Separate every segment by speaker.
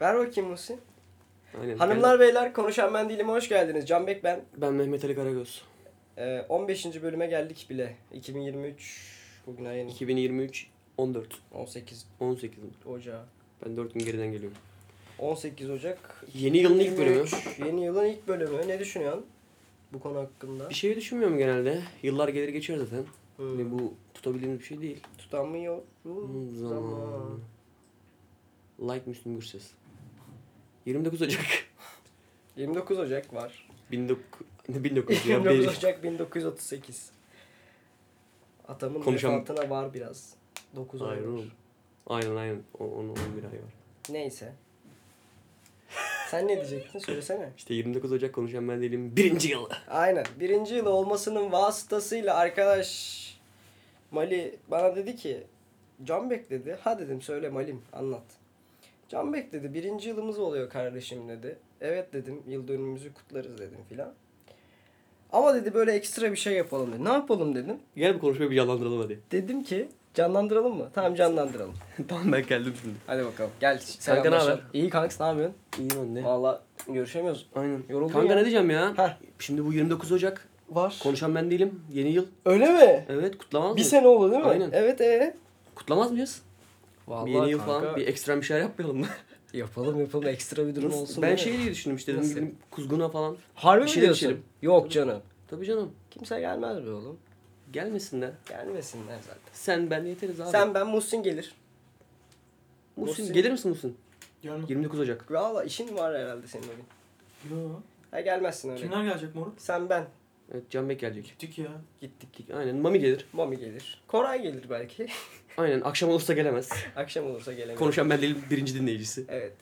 Speaker 1: Ver bakayım Muhsin.
Speaker 2: Aynen.
Speaker 1: Hanımlar beyler, Konuşan Ben Değilim'e hoş geldiniz. Canbek ben.
Speaker 2: Ben Mehmet Ali Karagöz.
Speaker 1: 15. bölüme geldik bile. 2023 bugün ayın
Speaker 2: 2023 14
Speaker 1: 18
Speaker 2: 18
Speaker 1: Ocağı.
Speaker 2: Ben 4 gün geriden geliyorum.
Speaker 1: 18 Ocak.
Speaker 2: Yeni yılın ilk bölümü.
Speaker 1: 2023, Yeni yılın ilk bölümü. Ne düşünüyorsun bu konu hakkında?
Speaker 2: Bir şey düşünmüyorum genelde. Yıllar gelir geçer zaten.
Speaker 1: Hmm.
Speaker 2: Ve bu tutabildiğimiz bir şey değil.
Speaker 1: Tutamıyor.
Speaker 2: Zaman. Like Müslüm Gürses. 29 Ocak.
Speaker 1: 29 Ocak var.
Speaker 2: 1900 ya.
Speaker 1: 29 Ocak 1938. Atamın
Speaker 2: Konuşan-
Speaker 1: vefatına var biraz. 9 ay
Speaker 2: Hayır
Speaker 1: var.
Speaker 2: oğlum. Aynen. 11 ay var.
Speaker 1: Neyse. Sen ne diyecektin? Söylesene.
Speaker 2: İşte 29 Ocak Konuşan Ben Değilim 1. yılı.
Speaker 1: Aynen. 1. yıl olmasının vasıtasıyla arkadaş Mali bana dedi ki Canbek dedi. Ha dedim söyle Malim anlat. Canbek dedi 1. yılımız oluyor kardeşim dedi. Evet dedim yıl dönümümüzü kutlarız dedim filan. Ama dedi böyle ekstra bir şey yapalım dedi. Ne yapalım dedim.
Speaker 2: Gel bu konuşmayı bir canlandıralım hadi.
Speaker 1: Dedim ki canlandıralım mı? Tamam canlandıralım.
Speaker 2: Tamam ben geldim şimdi.
Speaker 1: Hadi bakalım gel.
Speaker 2: Kanka
Speaker 1: selamlaşalım.
Speaker 2: ne haber?
Speaker 1: İyi kanks ne yapıyorsun?
Speaker 2: İyiyim anne.
Speaker 1: Valla görüşemiyoruz.
Speaker 2: Aynen.
Speaker 1: Yoruldun
Speaker 2: Kanka
Speaker 1: ya.
Speaker 2: ne diyeceğim ya?
Speaker 1: Heh.
Speaker 2: Şimdi bu 29 Ocak.
Speaker 1: Var.
Speaker 2: Konuşan Ben Değilim. Yeni yıl.
Speaker 1: Öyle mi?
Speaker 2: Evet kutlamaz
Speaker 1: Bir
Speaker 2: mıyız?
Speaker 1: sene oldu değil mi?
Speaker 2: Aynen.
Speaker 1: Evet.
Speaker 2: Kutlamaz mıyız?
Speaker 1: Vallahi
Speaker 2: Bir yeni yıl
Speaker 1: kanka,
Speaker 2: falan bir ekstrem bir şeyler yapmayalım mı?
Speaker 1: yapalım ekstra bir durum olsun.
Speaker 2: Ben
Speaker 1: değil
Speaker 2: şey
Speaker 1: mi?
Speaker 2: diye düşündüm işte
Speaker 1: Nasıl?
Speaker 2: dedim kuzguna falan.
Speaker 1: Harbi
Speaker 2: bir
Speaker 1: mi
Speaker 2: şeyler
Speaker 1: diyorsun?
Speaker 2: içelim.
Speaker 1: Yok canım.
Speaker 2: Tabii canım.
Speaker 1: Kimse gelmez be oğlum.
Speaker 2: Gelmesinler.
Speaker 1: Gelmesinler zaten.
Speaker 2: Sen ben yeteriz abi.
Speaker 1: Sen ben Muhsin gelir.
Speaker 2: Muhsin gelir misin Muhsin?
Speaker 3: Gelmem.
Speaker 2: 29 Ocak.
Speaker 1: Valla işin var herhalde senin o gün.
Speaker 3: Yo.
Speaker 1: Ha gelmezsin öyle.
Speaker 3: Kimler gelecek moruk?
Speaker 1: Sen ben.
Speaker 2: Evet Canbek gelecek.
Speaker 3: Gittik ya.
Speaker 1: Gittik.
Speaker 2: Aynen Mami gelir.
Speaker 1: Mami gelir. Koray gelir belki.
Speaker 2: Aynen akşam olursa gelemez.
Speaker 1: Akşam olursa gelemez.
Speaker 2: Konuşan Ben Değilim 1. dinleyicisi.
Speaker 1: Evet.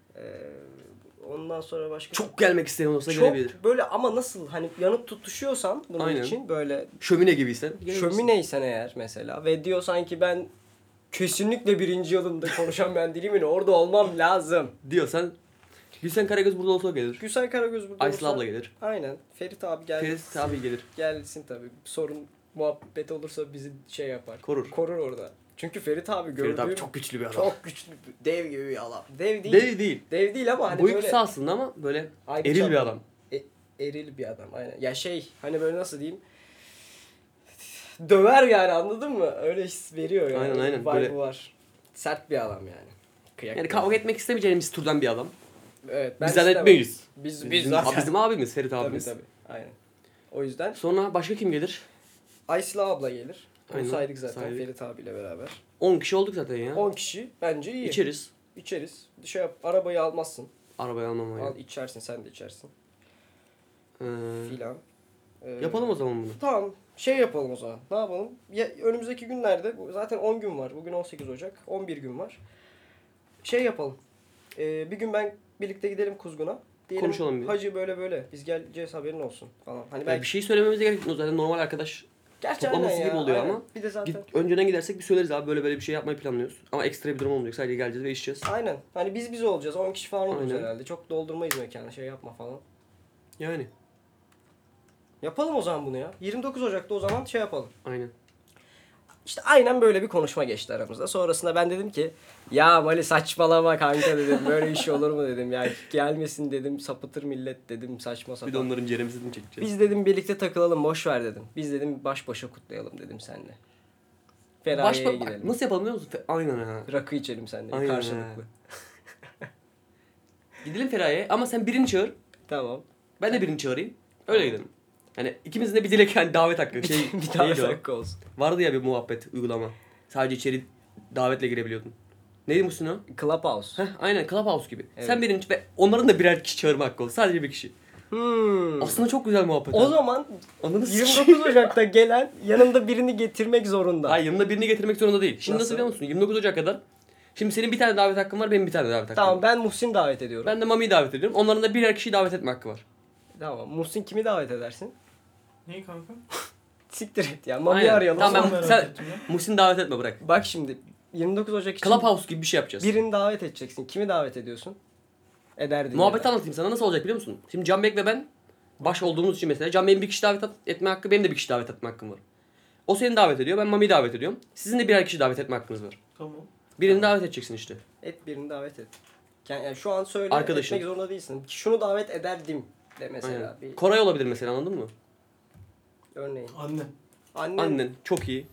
Speaker 1: Ondan sonra başka...
Speaker 2: Çok gelmek isteyen olursa gelebilir.
Speaker 1: Çok böyle ama nasıl hani yanıp tutuşuyorsan bunun
Speaker 2: Aynen.
Speaker 1: için böyle
Speaker 2: Şömine gibiysen gelebilirsin.
Speaker 1: şömineysen eğer mesela ve diyorsan ki ben kesinlikle 1. yılımda Konuşan Ben Değilim'in orada olmam lazım.
Speaker 2: Diyorsan Gülsen Karagöz burada olsa o gelir.
Speaker 1: Gülsel Karagöz burada
Speaker 2: Aysel
Speaker 1: olsa-
Speaker 2: abla gelir.
Speaker 1: Aynen. Ferit abi gelsin.
Speaker 2: Ferit abi gelir.
Speaker 1: Gelsin tabii. Sorun muhabbet olursa bizi şey yapar.
Speaker 2: Korur.
Speaker 1: Korur orada. Çünkü Ferit abi gördüğüm
Speaker 2: Ferit abi çok güçlü bir adam.
Speaker 1: çok güçlü, dev gibi bir adam. Dev değil.
Speaker 2: Dev değil.
Speaker 1: Dev değil ama hani
Speaker 2: Boyu
Speaker 1: böyle
Speaker 2: kısa aslında ama böyle
Speaker 1: Ayrıca-
Speaker 2: eril bir adam.
Speaker 1: eril bir adam. Aynen. Ya şey hani böyle nasıl diyeyim? Döver yani anladın mı? Öyle his veriyor yani.
Speaker 2: Aynen,
Speaker 1: Vibe'ı
Speaker 2: böyle-
Speaker 1: var. Sert bir adam yani. Kıyak
Speaker 2: Yani
Speaker 1: bir
Speaker 2: kavga etmek istemeyeceğimiz türden bir adam.
Speaker 1: Evet, ben
Speaker 2: Biz zaten
Speaker 1: istemem.
Speaker 2: etmeyiz.
Speaker 1: Biz zaten.
Speaker 2: Bizim abimiz Ferit
Speaker 1: Tabii
Speaker 2: abimiz.
Speaker 1: tabii. Aynen. O yüzden
Speaker 2: Sonra başka kim gelir?
Speaker 1: Aysel abla gelir. Onu
Speaker 2: Aynen,
Speaker 1: saydık zaten
Speaker 2: saydık.
Speaker 1: Ferit abiyle beraber.
Speaker 2: 10 kişi olduk zaten ya.
Speaker 1: 10 kişi bence iyi.
Speaker 2: İçeriz.
Speaker 1: İçeriz. Şey yap, arabayı almazsın.
Speaker 2: Arabayı almam ya.
Speaker 1: Al içersin, sen de içersin.
Speaker 2: Ee,
Speaker 1: Filan.
Speaker 2: yapalım o zaman bunu.
Speaker 1: Tamam. Şey yapalım o zaman. Ne yapalım? Ya, önümüzdeki günlerde zaten 10 gün var. Bugün 18 Ocak. 11 gün var. Şey yapalım. Bir gün ben birlikte gidelim Kuzgun'a. Diyelim,
Speaker 2: Konuşalım bir.
Speaker 1: Hacı böyle böyle. Biz geleceğiz haberin olsun falan. Hani
Speaker 2: Ya
Speaker 1: belki
Speaker 2: bir şey söylememize gerek yok. Zaten normal arkadaş
Speaker 1: gerçi
Speaker 2: toplaması
Speaker 1: aynen
Speaker 2: gibi
Speaker 1: ya,
Speaker 2: oluyor
Speaker 1: aynen.
Speaker 2: ama
Speaker 1: Bir de zaten
Speaker 2: önceden gidersek bir söyleriz abi böyle bir şey yapmayı planlıyoruz. Ama ekstra bir durum olmayacak. Sadece geleceğiz ve içeceğiz.
Speaker 1: aynen. Hani biz olacağız. 10 kişi falan olacağız
Speaker 2: Aynen.
Speaker 1: herhalde. Çok doldurmayız mekanı. Şey yapma falan.
Speaker 2: Yani.
Speaker 1: Yapalım o zaman bunu ya. 29 Ocak'ta o zaman şey yapalım.
Speaker 2: Aynen.
Speaker 1: İşte aynen böyle bir konuşma geçti aramızda. Sonrasında ben dedim ki ya Mali saçmalama kanka dedim. Böyle iş olur mu dedim. Ya gelmesin dedim. Sapıtır millet dedim. Saçma
Speaker 2: Bir de
Speaker 1: sapan.
Speaker 2: onların ceremesini çekeceğiz.
Speaker 1: Biz dedim birlikte takılalım. Boş ver dedim. Biz dedim baş başa kutlayalım dedim seninle. Feraye'ye
Speaker 2: Bak,
Speaker 1: gidelim.
Speaker 2: nasıl yapalım biliyor musun? Aynen ha.
Speaker 1: Rakı içelim seninle
Speaker 2: Aynen
Speaker 1: karşılıklı.
Speaker 2: Gidelim Feraye'ye ama sen birini çağır.
Speaker 1: Tamam.
Speaker 2: Ben de birini çağırayım. Öyle gidelim. Hani ikimizin de bir dilek yani davet hakkı. Şey,
Speaker 1: bir daha
Speaker 2: neydi o?
Speaker 1: rakı olsun.
Speaker 2: Vardı ya bir muhabbet uygulama. Sadece içeri davetle girebiliyordun. Neydi Muhsin o?
Speaker 1: Clubhouse.
Speaker 2: Heh, aynen Clubhouse gibi.
Speaker 1: Evet.
Speaker 2: Sen birini ve onların da birer kişi çağırma hakkı oldu. Sadece bir kişi. Aslında çok güzel muhabbet.
Speaker 1: O
Speaker 2: ha.
Speaker 1: zaman
Speaker 2: Anladın mı?
Speaker 1: 29 Ocak'ta gelen yanında birini getirmek zorunda.
Speaker 2: Hayır yanında birini getirmek zorunda değil. Şimdi nasıl
Speaker 1: Nasıl?
Speaker 2: biliyor musun? 29 Ocak kadar. Şimdi senin bir tane davet hakkın var, benim bir tane davet hakkım
Speaker 1: Tamam
Speaker 2: var.
Speaker 1: ben Muhsin davet ediyorum.
Speaker 2: Ben de Mami'yi davet ediyorum. Onların da birer kişiyi davet etme hakkı var.
Speaker 1: Tamam. Muhsin kimi davet edersin?
Speaker 3: Neyi kanka?
Speaker 1: Siktir et ya. Mami'yi
Speaker 2: Aynen.
Speaker 1: arayalım.
Speaker 2: Tamam,
Speaker 3: Merak
Speaker 2: sen-
Speaker 3: ettim ya.
Speaker 2: Muhsin davet etme bırak.
Speaker 1: Bak şimdi 29 Ocak için
Speaker 2: Clubhouse gibi bir şey yapacağız.
Speaker 1: birini davet edeceksin. Kimi davet ediyorsun? Ederdin.
Speaker 2: Muhabbeti
Speaker 1: ya da.
Speaker 2: anlatayım sana nasıl olacak biliyor musun? Şimdi Canbek ve ben baş olduğumuz için mesela Canbek'in bir kişi davet etme hakkı, benim de bir kişi davet etme hakkım var. O seni davet ediyor, ben Mami'yi davet ediyorum. Sizin de birer kişi davet etme hakkınız var.
Speaker 3: Tamam.
Speaker 2: Birini davet edeceksin işte.
Speaker 1: Et birini davet et. Yani şu an söyle,
Speaker 2: Arkadaşın.
Speaker 1: etmek zorunda değilsin. Şunu davet ederdim de mesela.
Speaker 2: Aynen.
Speaker 1: Bir
Speaker 2: Koray olabilir mesela, anladın mı?
Speaker 1: örneğin.
Speaker 3: Annem.
Speaker 2: Annen çok iyi.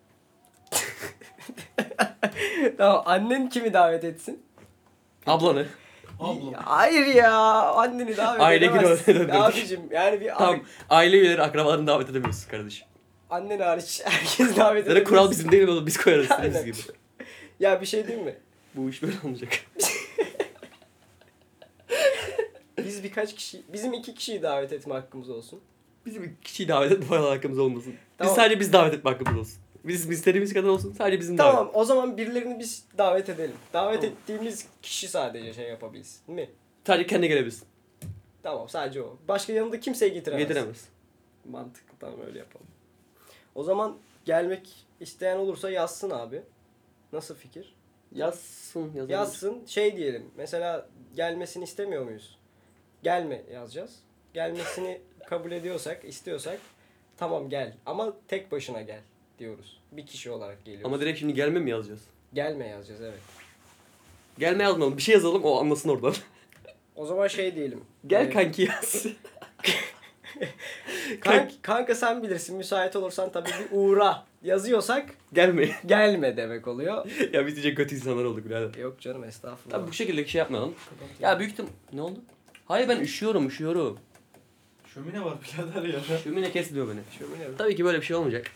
Speaker 1: Tamam, annen kimi davet etsin?
Speaker 2: Ablanı.
Speaker 3: Ablam.
Speaker 1: Ya hayır ya, anneni davet
Speaker 2: Aile
Speaker 1: edemezsin.
Speaker 2: günü öyle
Speaker 1: Abicim yani bir
Speaker 2: Tamam. Aile üyeleri, akrabalarını davet edemiyorsun kardeşim.
Speaker 1: annen hariç herkes davet
Speaker 2: Zaten kural
Speaker 1: edebilirsin.
Speaker 2: bizim değil oğlum, biz koyarız istediğimiz
Speaker 1: Aynen.
Speaker 2: gibi.
Speaker 1: Ya bir şey diyeyim mi?
Speaker 2: Bu iş böyle olmayacak.
Speaker 1: Biz birkaç kişi, bizim 2 kişiyi davet etme hakkımız olsun.
Speaker 2: Bizim bir kişiyi davet etme hakkımız olmasın.
Speaker 1: Tamam.
Speaker 2: Sadece biz davet etme hakkımız olsun. Biz istediğimiz kadar olsun, sadece bizim davet.
Speaker 1: Tamam, o zaman birilerini biz davet edelim. Davet
Speaker 2: Tamam.
Speaker 1: ettiğimiz kişi sadece şey yapabilsin, değil mi?
Speaker 2: Sadece kendi gelebilsin.
Speaker 1: Tamam, sadece o. Başka yanında kimseyi getiremez.
Speaker 2: Getiremez.
Speaker 1: Mantıklı, tamam öyle yapalım. O zaman gelmek isteyen olursa yazsın abi. Nasıl fikir?
Speaker 2: Yazsın, yazalım.
Speaker 1: Yazsın, şey diyelim. Mesela gelmesini istemiyor muyuz? Gelme yazacağız. Gelmesini kabul ediyorsak, istiyorsak tamam gel. Ama tek başına gel diyoruz. Bir kişi olarak geliyoruz.
Speaker 2: Ama direkt şimdi gelme mi yazacağız?
Speaker 1: Gelme yazacağız, evet.
Speaker 2: Gelme yazmayalım. Bir şey yazalım, o anlasın oradan.
Speaker 1: O zaman şey diyelim.
Speaker 2: Gel
Speaker 1: Ee,
Speaker 2: kanki yaz.
Speaker 1: Kanka sen bilirsin, müsait olursan tabii bir uğra yazıyorsak
Speaker 2: Gelme.
Speaker 1: gelme demek oluyor.
Speaker 2: Ya biz diyecek kötü insanlar olduk birader.
Speaker 1: Yok canım, estağfurullah.
Speaker 2: Tabii bu şekilde şey yapmayalım. Ya büyük ihtimal... Ne oldu? Hayır, ben üşüyorum.
Speaker 3: Şömine var birader ya.
Speaker 2: Şömine kesmiyor beni.
Speaker 1: Şömine mi?
Speaker 2: Tabii ki böyle bir şey olmayacak.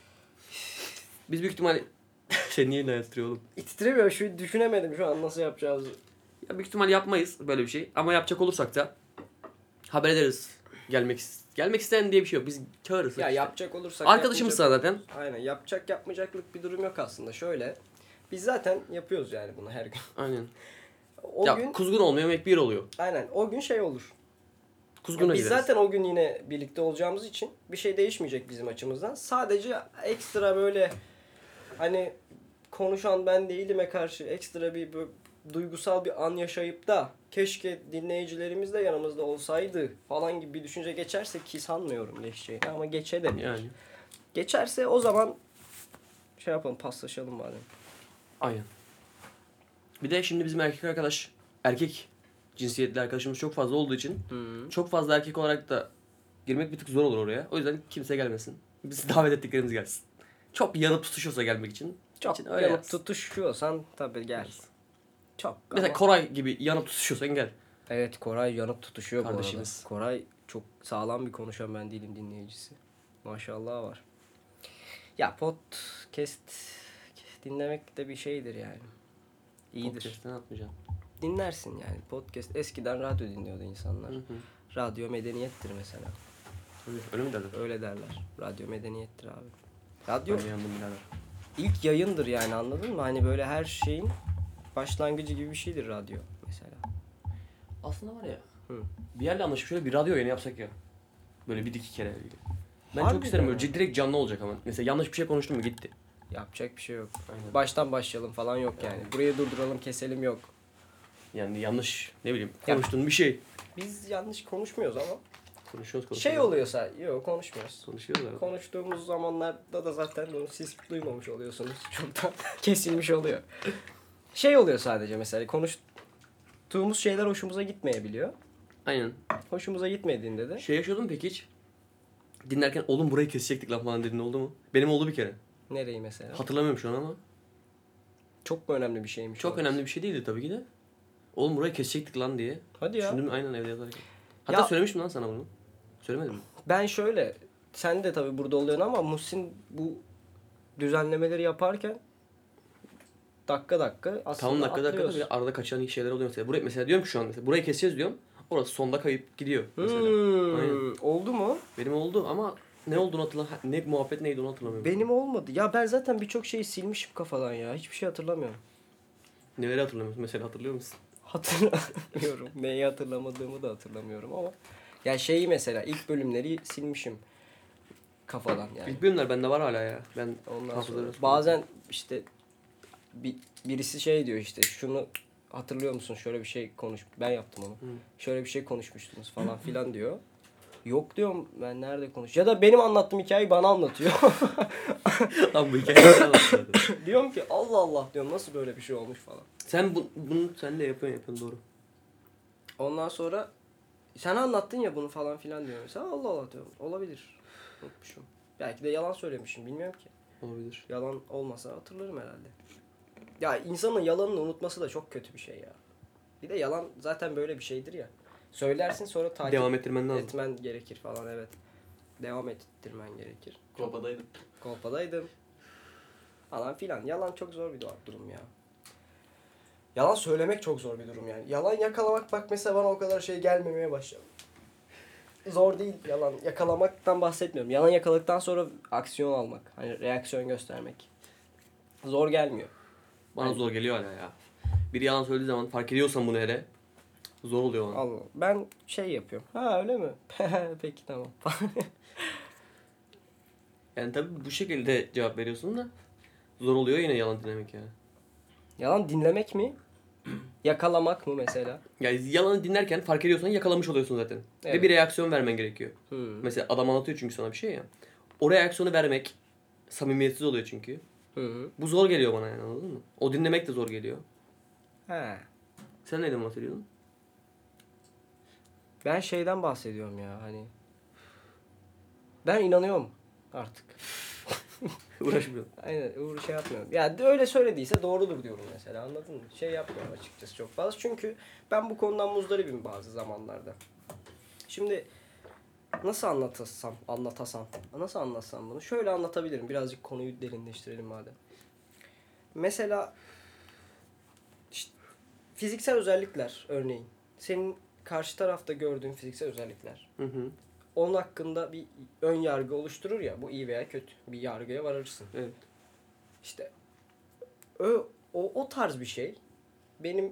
Speaker 2: Biz büyük ihtimal... Şey niye yatırıyor oğlum?
Speaker 1: İttiremiyorum, şu düşünemedim şu an nasıl yapacağımızı.
Speaker 2: Ya büyük ihtimal yapmayız böyle bir şey. Ama yapacak olursak da haber ederiz. Gelmek isteyen diye bir şey yok. Biz çağırırız.
Speaker 1: Ya
Speaker 2: işte.
Speaker 1: yapacak olursak...
Speaker 2: Arkadaşımız
Speaker 1: yapmayacak-
Speaker 2: zaten.
Speaker 1: Aynen, yapacaklık bir durum yok aslında. Şöyle, biz zaten yapıyoruz yani bunu her gün.
Speaker 2: Aynen.
Speaker 1: O
Speaker 2: ya
Speaker 1: gün,
Speaker 2: kuzgun olmuyor, yemek bir oluyor.
Speaker 1: aynen o gün şey olur.
Speaker 2: Kuzguna
Speaker 1: Biz
Speaker 2: gideriz.
Speaker 1: zaten o gün yine birlikte olacağımız için bir şey değişmeyecek bizim açımızdan. Sadece ekstra böyle hani konuşan ben değilime karşı ekstra bir böyle duygusal bir an yaşayıp da keşke dinleyicilerimiz de yanımızda olsaydı falan gibi bir düşünce geçerse, ki sanmıyorum geçeceğini ama geçebilir.
Speaker 2: Yani.
Speaker 1: Geçerse o zaman şey yapalım, paslaşalım madem.
Speaker 2: Aynen. Bir de şimdi bizim erkek cinsiyetli arkadaşımız çok fazla olduğu için çok fazla erkek olarak da girmek bir tık zor olur oraya. O yüzden kimse gelmesin. Biz davet ettiklerimiz gelsin. Çok yanıp tutuşuyorsa gelmek için.
Speaker 1: Çok
Speaker 2: öyle
Speaker 1: yanıp
Speaker 2: yaz.
Speaker 1: tutuşuyorsan tabii gel. Çok
Speaker 2: Mesela
Speaker 1: ama-
Speaker 2: Koray gibi yanıp tutuşuyorsan gel.
Speaker 1: Evet, Koray yanıp tutuşuyor bu
Speaker 2: Kardeşimiz.
Speaker 1: arada. Koray çok sağlam bir konuşan ben değilim dinleyicisi. Maşallah var. Ya podcast dinlemek de bir şeydir yani. İyidir.
Speaker 2: Podcast'ten atmayacağım.
Speaker 1: Dinlersin yani podcast. Eskiden radyo dinliyordu insanlar.
Speaker 2: Hı hı.
Speaker 1: Radyo medeniyettir mesela.
Speaker 2: Öyle mi derler?
Speaker 1: Öyle derler. Radyo medeniyettir abi. Radyo
Speaker 2: Ben yandım birader.
Speaker 1: ilk yayındır yani, anladın mı? Hani böyle her şeyin başlangıcı gibi bir şeydir radyo mesela.
Speaker 2: Aslında var ya.
Speaker 1: Hı.
Speaker 2: Bir yerle anlaşıp şöyle bir radyo yayını yapsak ya. Böyle bir iki kere. Ben
Speaker 1: Harbiden
Speaker 2: çok isterim böyle
Speaker 1: ya.
Speaker 2: direkt canlı olacak ama. Mesela yanlış bir şey konuştum mu gitti.
Speaker 1: Yapacak bir şey yok.
Speaker 2: Aynen.
Speaker 1: Baştan başlayalım falan yok yani. Burayı durduralım, keselim yok.
Speaker 2: Yani yanlış ne bileyim
Speaker 1: Ya-
Speaker 2: konuştuğun bir şey.
Speaker 1: Biz yanlış konuşmuyoruz ama
Speaker 2: Konuşuyoruz.
Speaker 1: şey oluyorsa yok konuşmuyoruz.
Speaker 2: Konuşuyoruz abi.
Speaker 1: Konuştuğumuz zamanlarda da zaten bunu siz duymamış oluyorsunuz. Çoktan kesilmiş oluyor. Şey oluyor sadece, mesela konuştuğumuz şeyler hoşumuza gitmeyebiliyor.
Speaker 2: Aynen.
Speaker 1: Hoşumuza gitmediğinde de
Speaker 2: Şey yaşıyordun mu peki hiç? Dinlerken oğlum burayı kesecektik lan falan dediğin oldu mu? Benim oldu bir kere.
Speaker 1: nereyi mesela?
Speaker 2: Hatırlamıyorum şu an ama.
Speaker 1: Çok mu önemli bir şeymiş?
Speaker 2: Çok
Speaker 1: orası?
Speaker 2: önemli bir şey değildi tabii ki de. Oğlum burayı kesecektik lan diye.
Speaker 1: Hadi ya.
Speaker 2: Düşündüm aynen evde yazarken. Hatta
Speaker 1: Ya-
Speaker 2: söylemiştim lan sana bunu. Söylemedim mi?
Speaker 1: Ben şöyle, sen de tabii burada oluyorsun ama Muhsin bu düzenlemeleri yaparken dakika aslında
Speaker 2: Tamam dakika
Speaker 1: atlıyoruz.
Speaker 2: bile arada kaçan şeyler oluyor mesela. Burayı, mesela diyorum ki şu an mesela burayı keseceğiz diyorum. Orası sonda kayıp gidiyor mesela. Aynen.
Speaker 1: Oldu mu?
Speaker 2: Benim oldu ama ne olduğunu hatırlamıyorum. Ne muhabbet neydi onu hatırlamıyorum.
Speaker 1: Benim olmadı. Ya ben zaten birçok şeyi silmişim kafadan ya. Hiçbir şey hatırlamıyorum.
Speaker 2: Neleri hatırlamıyorsun? Mesela hatırlıyor musun?
Speaker 1: Hatırlamıyorum. Neyi hatırlamadığımı da hatırlamıyorum ama. Ya şeyi mesela ilk bölümleri silmişim kafadan yani.
Speaker 2: İlk bölümler bende var hala ya. Ben
Speaker 1: Ondan
Speaker 2: hafızaları
Speaker 1: sonra bazen işte birisi şey diyor, işte şunu hatırlıyor musun? Şöyle bir şey ben yaptım onu. Şöyle bir şey konuşmuştunuz falan filan diyor. Yok diyorum ben nerede konuş. Ya da benim anlattığım hikayeyi bana anlatıyor.
Speaker 2: Lan bu hikayeyi anlatsın.
Speaker 1: Diyorum ki Allah Allah diyorum nasıl böyle bir şey olmuş falan.
Speaker 2: Sen bunu sen de yapıyorsun doğru.
Speaker 1: Ondan sonra sen anlattın ya bunu falan filan diyor mesela. Allah Allah diyorum. Olabilir. Unutmuşum. Belki de yalan söylemişim bilmiyorum ki.
Speaker 2: Olabilir.
Speaker 1: Yalan olmasa hatırlarım herhalde. Ya insanın yalanını unutması da çok kötü bir şey ya. Bir de yalan zaten böyle bir şeydir ya. Söylersin sonra takip
Speaker 2: Devam ettirmen lazım.
Speaker 1: etmen gerekir falan evet. Devam ettirmen gerekir.
Speaker 3: Kolpadaydım.
Speaker 1: Kolpadaydım. Falan filan. Yalan çok zor bir durum ya. Yalan söylemek çok zor bir durum yani. Yalan yakalamak bak mesela bana o kadar şey gelmemeye başladı. Zor değil yalan. Yakalamaktan bahsetmiyorum. Yalan yakaladıktan sonra aksiyon almak. Hani reaksiyon göstermek. Zor gelmiyor.
Speaker 2: Bana zor geliyor hala ya. Biri yalan söylediği zaman fark ediyorsan bunu hele zor oluyor bana.
Speaker 1: Allah. Ben şey yapıyorum. Ha öyle mi? Peki tamam.
Speaker 2: Yani tabii bu şekilde cevap veriyorsun da zor oluyor yine yalan dinlemek ya.
Speaker 1: Yalan dinlemek mi? Yakalamak mı mesela?
Speaker 2: Yani yalanı dinlerken fark ediyorsan yakalamış oluyorsun zaten.
Speaker 1: Evet.
Speaker 2: Ve bir reaksiyon vermen gerekiyor.
Speaker 1: Hmm.
Speaker 2: Mesela adam anlatıyor çünkü sana bir şey ya. O reaksiyonu vermek samimiyetsiz oluyor çünkü.
Speaker 1: Hı.
Speaker 2: Bu zor geliyor bana yani anladın mı? O dinlemek de zor geliyor.
Speaker 1: He.
Speaker 2: Sen neyden bahsediyordun?
Speaker 1: Ben şeyden bahsediyorum ya hani. Ben inanıyorum artık.
Speaker 2: Uğraşmıyorum.
Speaker 1: Aynen şey yapmıyorum. Ya öyle söylediyse doğrudur diyorum mesela anladın mı? Şey yapmıyorum açıkçası çok fazla. Çünkü ben bu konudan muzdaribim bazı zamanlarda. Şimdi nasıl anlatsam bunu? Şöyle anlatabilirim. Birazcık konuyu derinleştirelim madem. Mesela işte, fiziksel özellikler örneğin. Senin karşı tarafta gördüğün fiziksel özellikler.
Speaker 2: Hı hı.
Speaker 1: Onun hakkında bir ön yargı oluşturur ya. Bu iyi veya kötü. Bir yargıya varırsın.
Speaker 2: Evet.
Speaker 1: İşte o tarz bir şey. Benim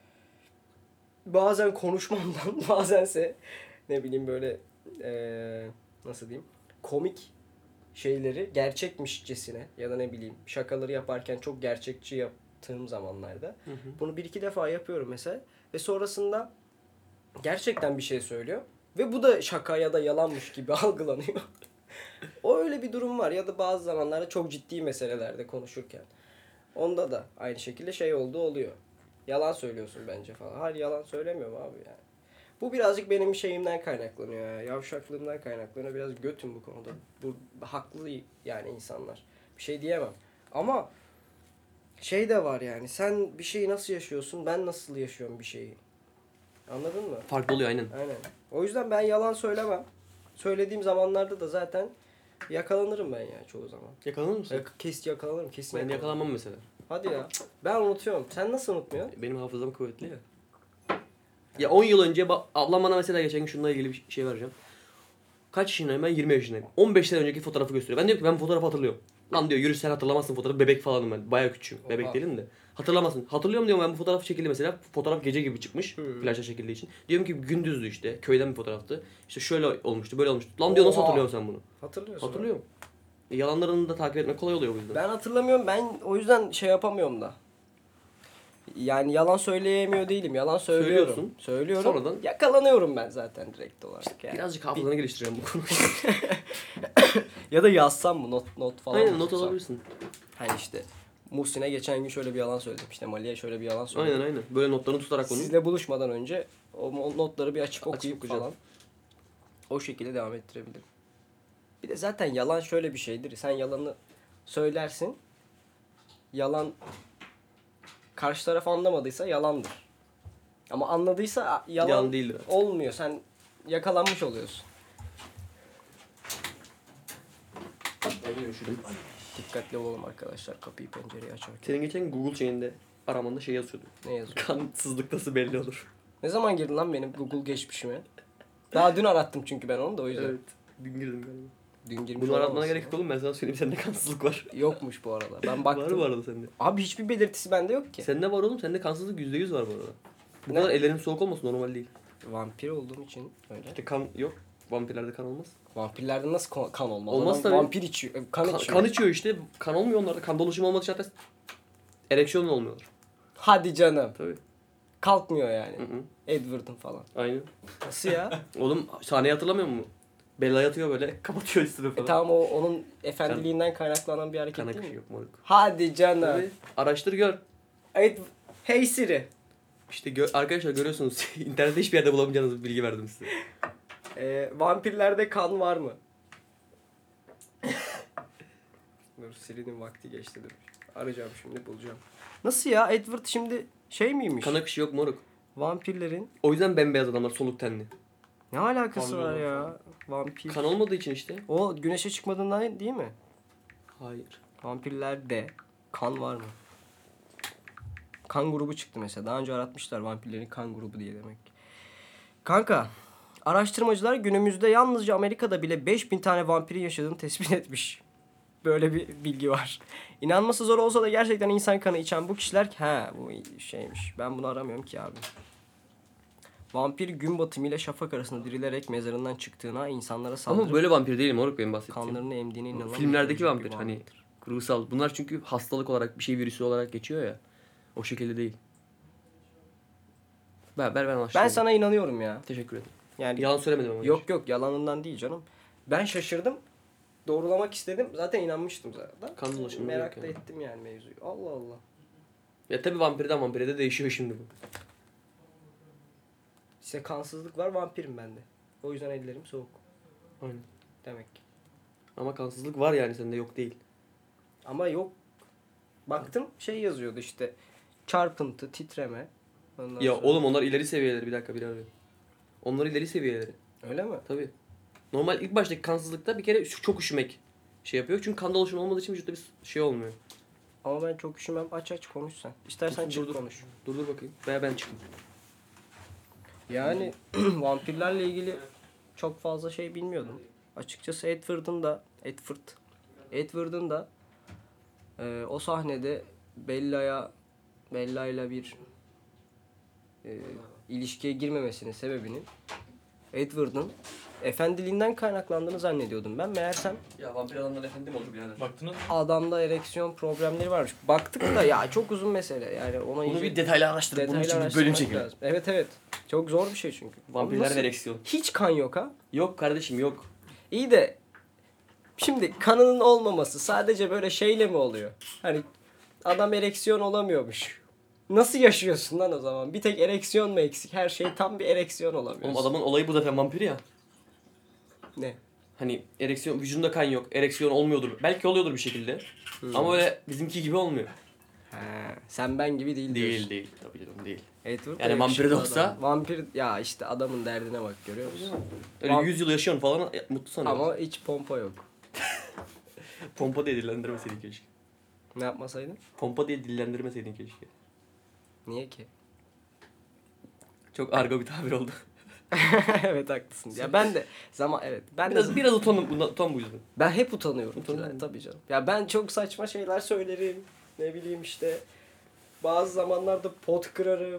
Speaker 1: bazen konuşmamdan bazense ne bileyim böyle nasıl diyeyim komik şeyleri gerçekmişçesine ya da ne bileyim şakaları yaparken çok gerçekçi yaptığım zamanlarda
Speaker 2: Hı hı.
Speaker 1: bunu bir iki defa yapıyorum mesela ve sonrasında gerçekten bir şey söylüyor ve bu da şaka ya da yalanmış gibi algılanıyor. O öyle bir durum var ya da bazı zamanlarda çok ciddi meselelerde konuşurken. Onda da aynı şekilde şey olduğu oluyor. Yalan söylüyorsun bence falan. Hayır yalan söylemiyorum abi yani. Bu birazcık benim şeyimden kaynaklanıyor ya. Yavşaklığımdan kaynaklanıyor. Biraz götüm bu konuda. Bu haklı yani insanlar. Bir şey diyemem. Ama şey de var yani. Sen bir şeyi nasıl yaşıyorsun? Ben nasıl yaşıyorum bir şeyi? Anladın mı?
Speaker 2: Farklı oluyor aynen.
Speaker 1: Aynen. O yüzden ben yalan söylemem. Söylediğim zamanlarda da zaten yakalanırım ben ya çoğu zaman.
Speaker 2: Yakalanır mısın?
Speaker 1: Yakalanırım kesin.
Speaker 2: Ben yakalanmam mesela.
Speaker 1: Hadi ya. Ben unutuyorum. Sen nasıl unutmuyorsun?
Speaker 2: Benim hafızam kuvvetli ya. Ya 10 yıl önce ablam bana mesela geçen gün şununla ilgili bir şey vereceğim. Kaç yaşındayım ben? 20 yaşındayım. 15 sene önceki fotoğrafı gösteriyor. Ben diyorum ki ben fotoğrafı hatırlıyorum. Lan diyor yürü sen hatırlamazsın fotoğrafı. Bebek falanım ben. Bayağı küçüğüm.
Speaker 1: Oha.
Speaker 2: Bebek değilim de. Hatırlamazsın. Hatırlıyorum diyorum ben bu fotoğraf çekildi mesela. Fotoğraf gece gibi çıkmış.
Speaker 1: Hı.
Speaker 2: Flaşla çekildiği için. Diyorum ki gündüzdü işte. Köyden bir fotoğraftı. İşte şöyle olmuştu böyle olmuştu. Lan diyor nasıl
Speaker 1: Oha.
Speaker 2: hatırlıyorsun sen bunu?
Speaker 1: Hatırlıyorsun.
Speaker 2: Hatırlıyorum. Yalanlarını da takip etmek kolay oluyor bu yüzden.
Speaker 1: Ben hatırlamıyorum. Ben o yüzden şey yapamıyorum da. Yani yalan söyleyemiyor değilim. Yalan söylüyorum.
Speaker 2: Söylüyorsun.
Speaker 1: Söylüyorum.
Speaker 2: Sonradan-
Speaker 1: Yakalanıyorum ben zaten direkt olarak. Yani.
Speaker 2: Birazcık hafızanı geliştireceğim bu konuda.
Speaker 1: Ya da yazsam mı not falan.
Speaker 2: Aynen
Speaker 1: mı
Speaker 2: not
Speaker 1: tutsam?
Speaker 2: alabilirsin.
Speaker 1: Hani işte Muhsin'e geçen gün şöyle bir yalan söyledim. İşte Mali'ye şöyle bir yalan söyledim.
Speaker 2: Aynen aynen. Böyle notlarını tutarak onu.
Speaker 1: Sizle buluşmadan önce o notları bir açıp okuyup
Speaker 2: okuyacağım.
Speaker 1: falan. O şekilde devam ettirebilirim. Bir de zaten yalan şöyle bir şeydir. Sen yalanı söylersin. Yalan karşı taraf anlamadıysa yalandır. Ama anladıysa yalan
Speaker 2: değildir.
Speaker 1: olmuyor. Sen yakalanmış oluyorsun. Dikkatli olalım arkadaşlar. Kapıyı pencereyi açarken.
Speaker 2: Senin geçen Google şeyinde aramanda şey yazıyordu.
Speaker 1: Ne yazıyor?
Speaker 2: Kansızlık nasıl belli olur?
Speaker 1: Ne zaman girdin lan benim Google geçmişime? Daha dün arattım çünkü ben onu da o yüzden.
Speaker 2: Evet. Dün girdim galiba.
Speaker 1: Dün girmiş
Speaker 2: Bunu aratmana
Speaker 1: olamazsın
Speaker 2: gerek yok oğlum. Ben sana söyleyeyim sende kansızlık var.
Speaker 1: Yokmuş bu arada. Ben
Speaker 2: Var
Speaker 1: baktım.
Speaker 2: bu arada sende.
Speaker 1: Abi hiçbir belirtisi bende yok ki.
Speaker 2: Sende var oğlum. Sende kansızlık %100 var bu arada. Bu
Speaker 1: Ne?
Speaker 2: kadar ellerin soğuk olması normal değil.
Speaker 1: Vampir olduğum için öyle.
Speaker 2: İşte kan yok. Vampirlerde kan olmaz.
Speaker 1: Vampirlerde nasıl kan olmaz?
Speaker 2: Olmaz
Speaker 1: Adam
Speaker 2: tabii.
Speaker 1: vampir içiyor. Kan içiyor.
Speaker 2: Kan içiyor işte. Kan olmuyor onlarda. Kan dolaşımı olmadığı için zaten ereksiyon olmuyorlar.
Speaker 1: Hadi canım.
Speaker 2: Tabii.
Speaker 1: Kalkmıyor yani.
Speaker 2: Hı hı.
Speaker 1: Edward'ın falan.
Speaker 2: Aynen.
Speaker 1: Nasıl ya?
Speaker 2: Oğlum sahneyi hatırlamıyor musun? Bella yatıyor böyle kapatıyor üstünü falan.
Speaker 1: Tamam o onun efendiliğinden kaynaklanan bir hareket
Speaker 2: Kan
Speaker 1: değil
Speaker 2: akışı
Speaker 1: mi?
Speaker 2: yok moruk.
Speaker 1: Hadi canım.
Speaker 2: Tabii. Araştır gör.
Speaker 1: Evet. Hey Siri.
Speaker 2: İşte arkadaşlar görüyorsunuz internette hiçbir yerde bulamayacağınız bir bilgi verdim size.
Speaker 1: Vampirlerde kan var mı? Dur Siri'nin vakti geçti dur. Arayacağım şimdi bulacağım. Nasıl ya? Edward şimdi şey miymiş?
Speaker 2: Kan akışı yok moruk.
Speaker 1: Vampirlerin
Speaker 2: O yüzden bembeyaz adamlar soluk tenli.
Speaker 1: ne alakası
Speaker 3: Kanlı
Speaker 1: var
Speaker 3: olan
Speaker 1: ya? Vampir.
Speaker 2: Kan olmadığı için işte.
Speaker 1: O güneşe çıkmadığından değil mi?
Speaker 2: Hayır.
Speaker 1: Vampirlerde kan var mı? Kan grubu çıktı mesela. Daha önce aratmışlar vampirlerin kan grubu diye demek. Kanka, araştırmacılar günümüzde yalnızca Amerika'da bile 5000 tane vampirin yaşadığını tespit etmiş. Böyle bir bilgi var. İnanması zor olsa da gerçekten insan kanı içen bu kişiler... bu şeymiş. Ben bunu aramıyorum ki abi. Vampir gün batımıyla şafak arasında dirilerek mezarından çıktığına, insanlara saldırıp
Speaker 2: Ama böyle vampir değil moruk benim bahsettiğim.
Speaker 1: kanlarını emdiğine inanılan...
Speaker 2: Filmlerdeki
Speaker 1: bir
Speaker 2: vampir hani
Speaker 1: varlıktır.
Speaker 2: ruhsal. Bunlar çünkü hastalık olarak bir şey virüsü olarak geçiyor ya. O şekilde değil. Ben
Speaker 1: Ben
Speaker 2: anlaştım.
Speaker 1: sana inanıyorum ya.
Speaker 2: Teşekkür ederim.
Speaker 1: Yani
Speaker 2: Yalan söylemedim ama.
Speaker 1: yok yalanından değil canım. Ben şaşırdım. Doğrulamak istedim. Zaten inanmıştım zaten.
Speaker 2: Kan dolaşımı
Speaker 1: Merak
Speaker 2: yok
Speaker 1: da
Speaker 2: yani.
Speaker 1: ettim yani mevzuyu. Allah Allah.
Speaker 2: Ya tabii vampirden vampire de değişiyor şimdi bu.
Speaker 1: İşte kansızlık var vampirim bende. O yüzden ellerim soğuk.
Speaker 2: Aynen.
Speaker 1: Demek.
Speaker 2: Ama kansızlık var yani sende yok değil.
Speaker 1: Ama yok. Baktım şey yazıyordu işte. Çarpıntı, titreme. Ondan
Speaker 2: Ya
Speaker 1: sonra-
Speaker 2: oğlum onlar ileri seviyeleri bir dakika bir arıyor. Onlar ileri seviyeleri.
Speaker 1: Öyle mi?
Speaker 2: Tabii. Normal ilk baştaki kansızlıkta bir kere çok üşümek şey yapıyor. Çünkü kan dolaşımı olmadığı için vücutta bir şey olmuyor.
Speaker 1: Ama ben çok üşümem. Aç konuş sen. İstersen çık konuş.
Speaker 2: Dur bakayım. Veya ben çıkayım.
Speaker 1: Yani vampirlerle ilgili çok fazla şey bilmiyordum. Açıkçası Edward'ın da o sahnede Bella'yla bir ilişkiye girmemesinin sebebinin Edward'ın efendiliğinden kaynaklandığını zannediyordum ben. Meğersem
Speaker 2: Ya vampir adamlar efendim olur birader.
Speaker 3: Baktınız mı?
Speaker 1: adamda ereksiyon problemleri varmış. Baktık da ya çok uzun mesele. Yani ona
Speaker 2: Bunu
Speaker 1: iyice
Speaker 2: bir detaylı araştır. Bunun için bir bölüm
Speaker 1: araştırmak
Speaker 2: çekelim.
Speaker 1: lazım. Evet. Çok zor bir şey çünkü.
Speaker 2: Vampirler
Speaker 1: Nasıl-
Speaker 2: ve ereksiyon.
Speaker 1: Hiç kan yok ha.
Speaker 2: Yok kardeşim yok.
Speaker 1: İyi de şimdi kanının olmaması sadece böyle şeyle mi oluyor? Hani adam ereksiyon olamıyormuş. Nasıl yaşıyorsun lan o zaman? Bir tek ereksiyon mu eksik? Her şey tam bir ereksiyon olamıyor.
Speaker 2: Oğlum adamın olayı bu zaten vampir ya.
Speaker 1: Ne?
Speaker 2: Hani ereksiyon vücudunda kan yok. Ereksiyon olmuyordur. Belki oluyordur bir şekilde. Ama öyle bizimki gibi olmuyor.
Speaker 1: Sen ben gibi değil diyorsun.
Speaker 2: Değil. Tabii canım değil.
Speaker 1: Edward
Speaker 2: Yani
Speaker 1: da
Speaker 2: vampir de
Speaker 1: yakışıklı
Speaker 2: olsa-
Speaker 1: adam. Vampir ya işte adamın derdine bak görüyor musun?
Speaker 2: Öyle
Speaker 1: Vam-
Speaker 2: 100 yıl yaşıyorsun falan mutlu sanıyorsun.
Speaker 1: Ama hiç pompa yok.
Speaker 2: Pompa diye dillendirmeseydin keşke.
Speaker 1: Ne yapmasaydın?
Speaker 2: Pompa diye dillendirmeseydin keşke.
Speaker 1: Niye ki?
Speaker 2: Çok argo bir tabir oldu.
Speaker 1: Evet haklısın. Ya ben de ben de
Speaker 2: Biraz utan bu yüzden.
Speaker 1: ben hep utanıyorum.
Speaker 2: Utanıyorum.
Speaker 1: Tabii canım. Ya ben çok saçma şeyler söylerim. Ne bileyim işte bazı zamanlarda pot kırarım.